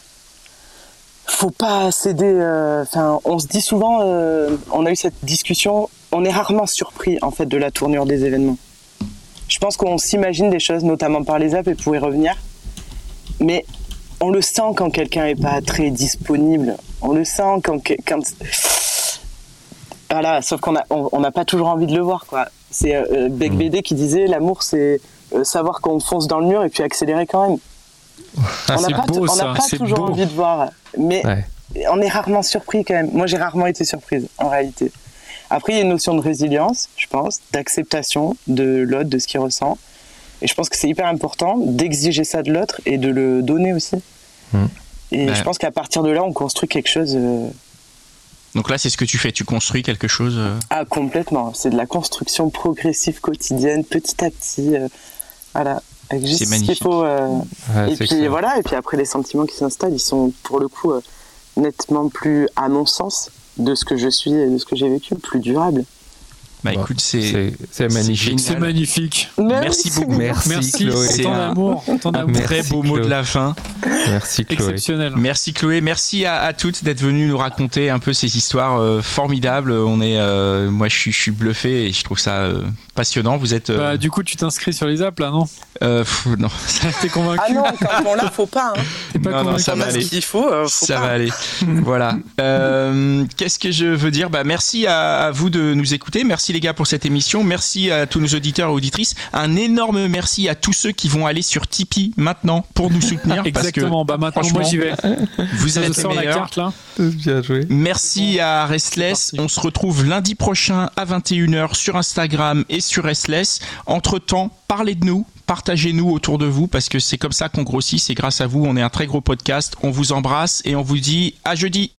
faut pas céder. Enfin, euh, on se dit souvent, euh, on a eu cette discussion, on est rarement surpris en fait de la tournure des événements. Je pense qu'on s'imagine des choses, notamment par les apps, et pour y revenir. Mais on le sent quand quelqu'un est pas très disponible. On le sent quand, quand... voilà. Sauf qu'on a, on n'a pas toujours envie de le voir, quoi. C'est euh, Beck B D qui disait l'amour, c'est euh, savoir qu'on fonce dans le mur et puis accélérer quand même. Ah, on n'a pas, beau, on n'a pas toujours beau. envie de voir, mais ouais. On est rarement surpris quand même. Moi, j'ai rarement été surprise en réalité. Après, il y a une notion de résilience, je pense, d'acceptation de l'autre, de ce qu'il ressent. Et je pense que c'est hyper important d'exiger ça de l'autre et de le donner aussi. Mmh. Et bah, je pense qu'à partir de là, on construit quelque chose. Euh... Donc là, c'est ce que tu fais, tu construis quelque chose euh... Ah, complètement. C'est de la construction progressive quotidienne, petit à petit. Euh, voilà. Avec juste c'est magnifique. Ce qu'il faut. Euh... Ouais, et puis excellent. Voilà. Et puis après, les sentiments qui s'installent, ils sont pour le coup euh, nettement plus, à mon sens, de ce que je suis et de ce que j'ai vécu, plus durable. Bah bon, écoute, c'est, c'est, c'est magnifique. C'est magnifique. Merci beaucoup. Merci, merci Chloé. C'est ton un, amour, ton un amour. très beau mot de la fin. Merci Chloé. Exceptionnel. Merci Chloé. Merci à, à toutes d'être venues nous raconter un peu ces histoires euh, formidables. On est, euh, moi, je suis, je suis bluffé et je trouve ça euh, passionnant. Vous êtes. Euh... Bah, du coup, tu t'inscris sur les apps là, non euh, pff, Non. T'es convaincu? Ah non, quand on l'a, faut pas. Hein. T'es pas non, convaincu? Non, ça va aller. Il faut. Euh, faut ça pas. va aller. Voilà. Euh, qu'est-ce que je veux dire? Bah, merci à, à vous de nous écouter. Merci les gars pour cette émission. Merci à tous nos auditeurs et auditrices. Un énorme merci à tous ceux qui vont aller sur Tipeee maintenant pour nous soutenir. Exactement. Parce que, bah maintenant, moi j'y vais. Vous ça êtes les meilleurs. La carte, là. Bien joué. Merci à Restless. On se retrouve lundi prochain à vingt et une heures sur Instagram et sur Restless. Entre-temps, parlez de nous. Partagez-nous autour de vous parce que c'est comme ça qu'on grossit. C'est grâce à vous. On est un très gros podcast. On vous embrasse et on vous dit à jeudi.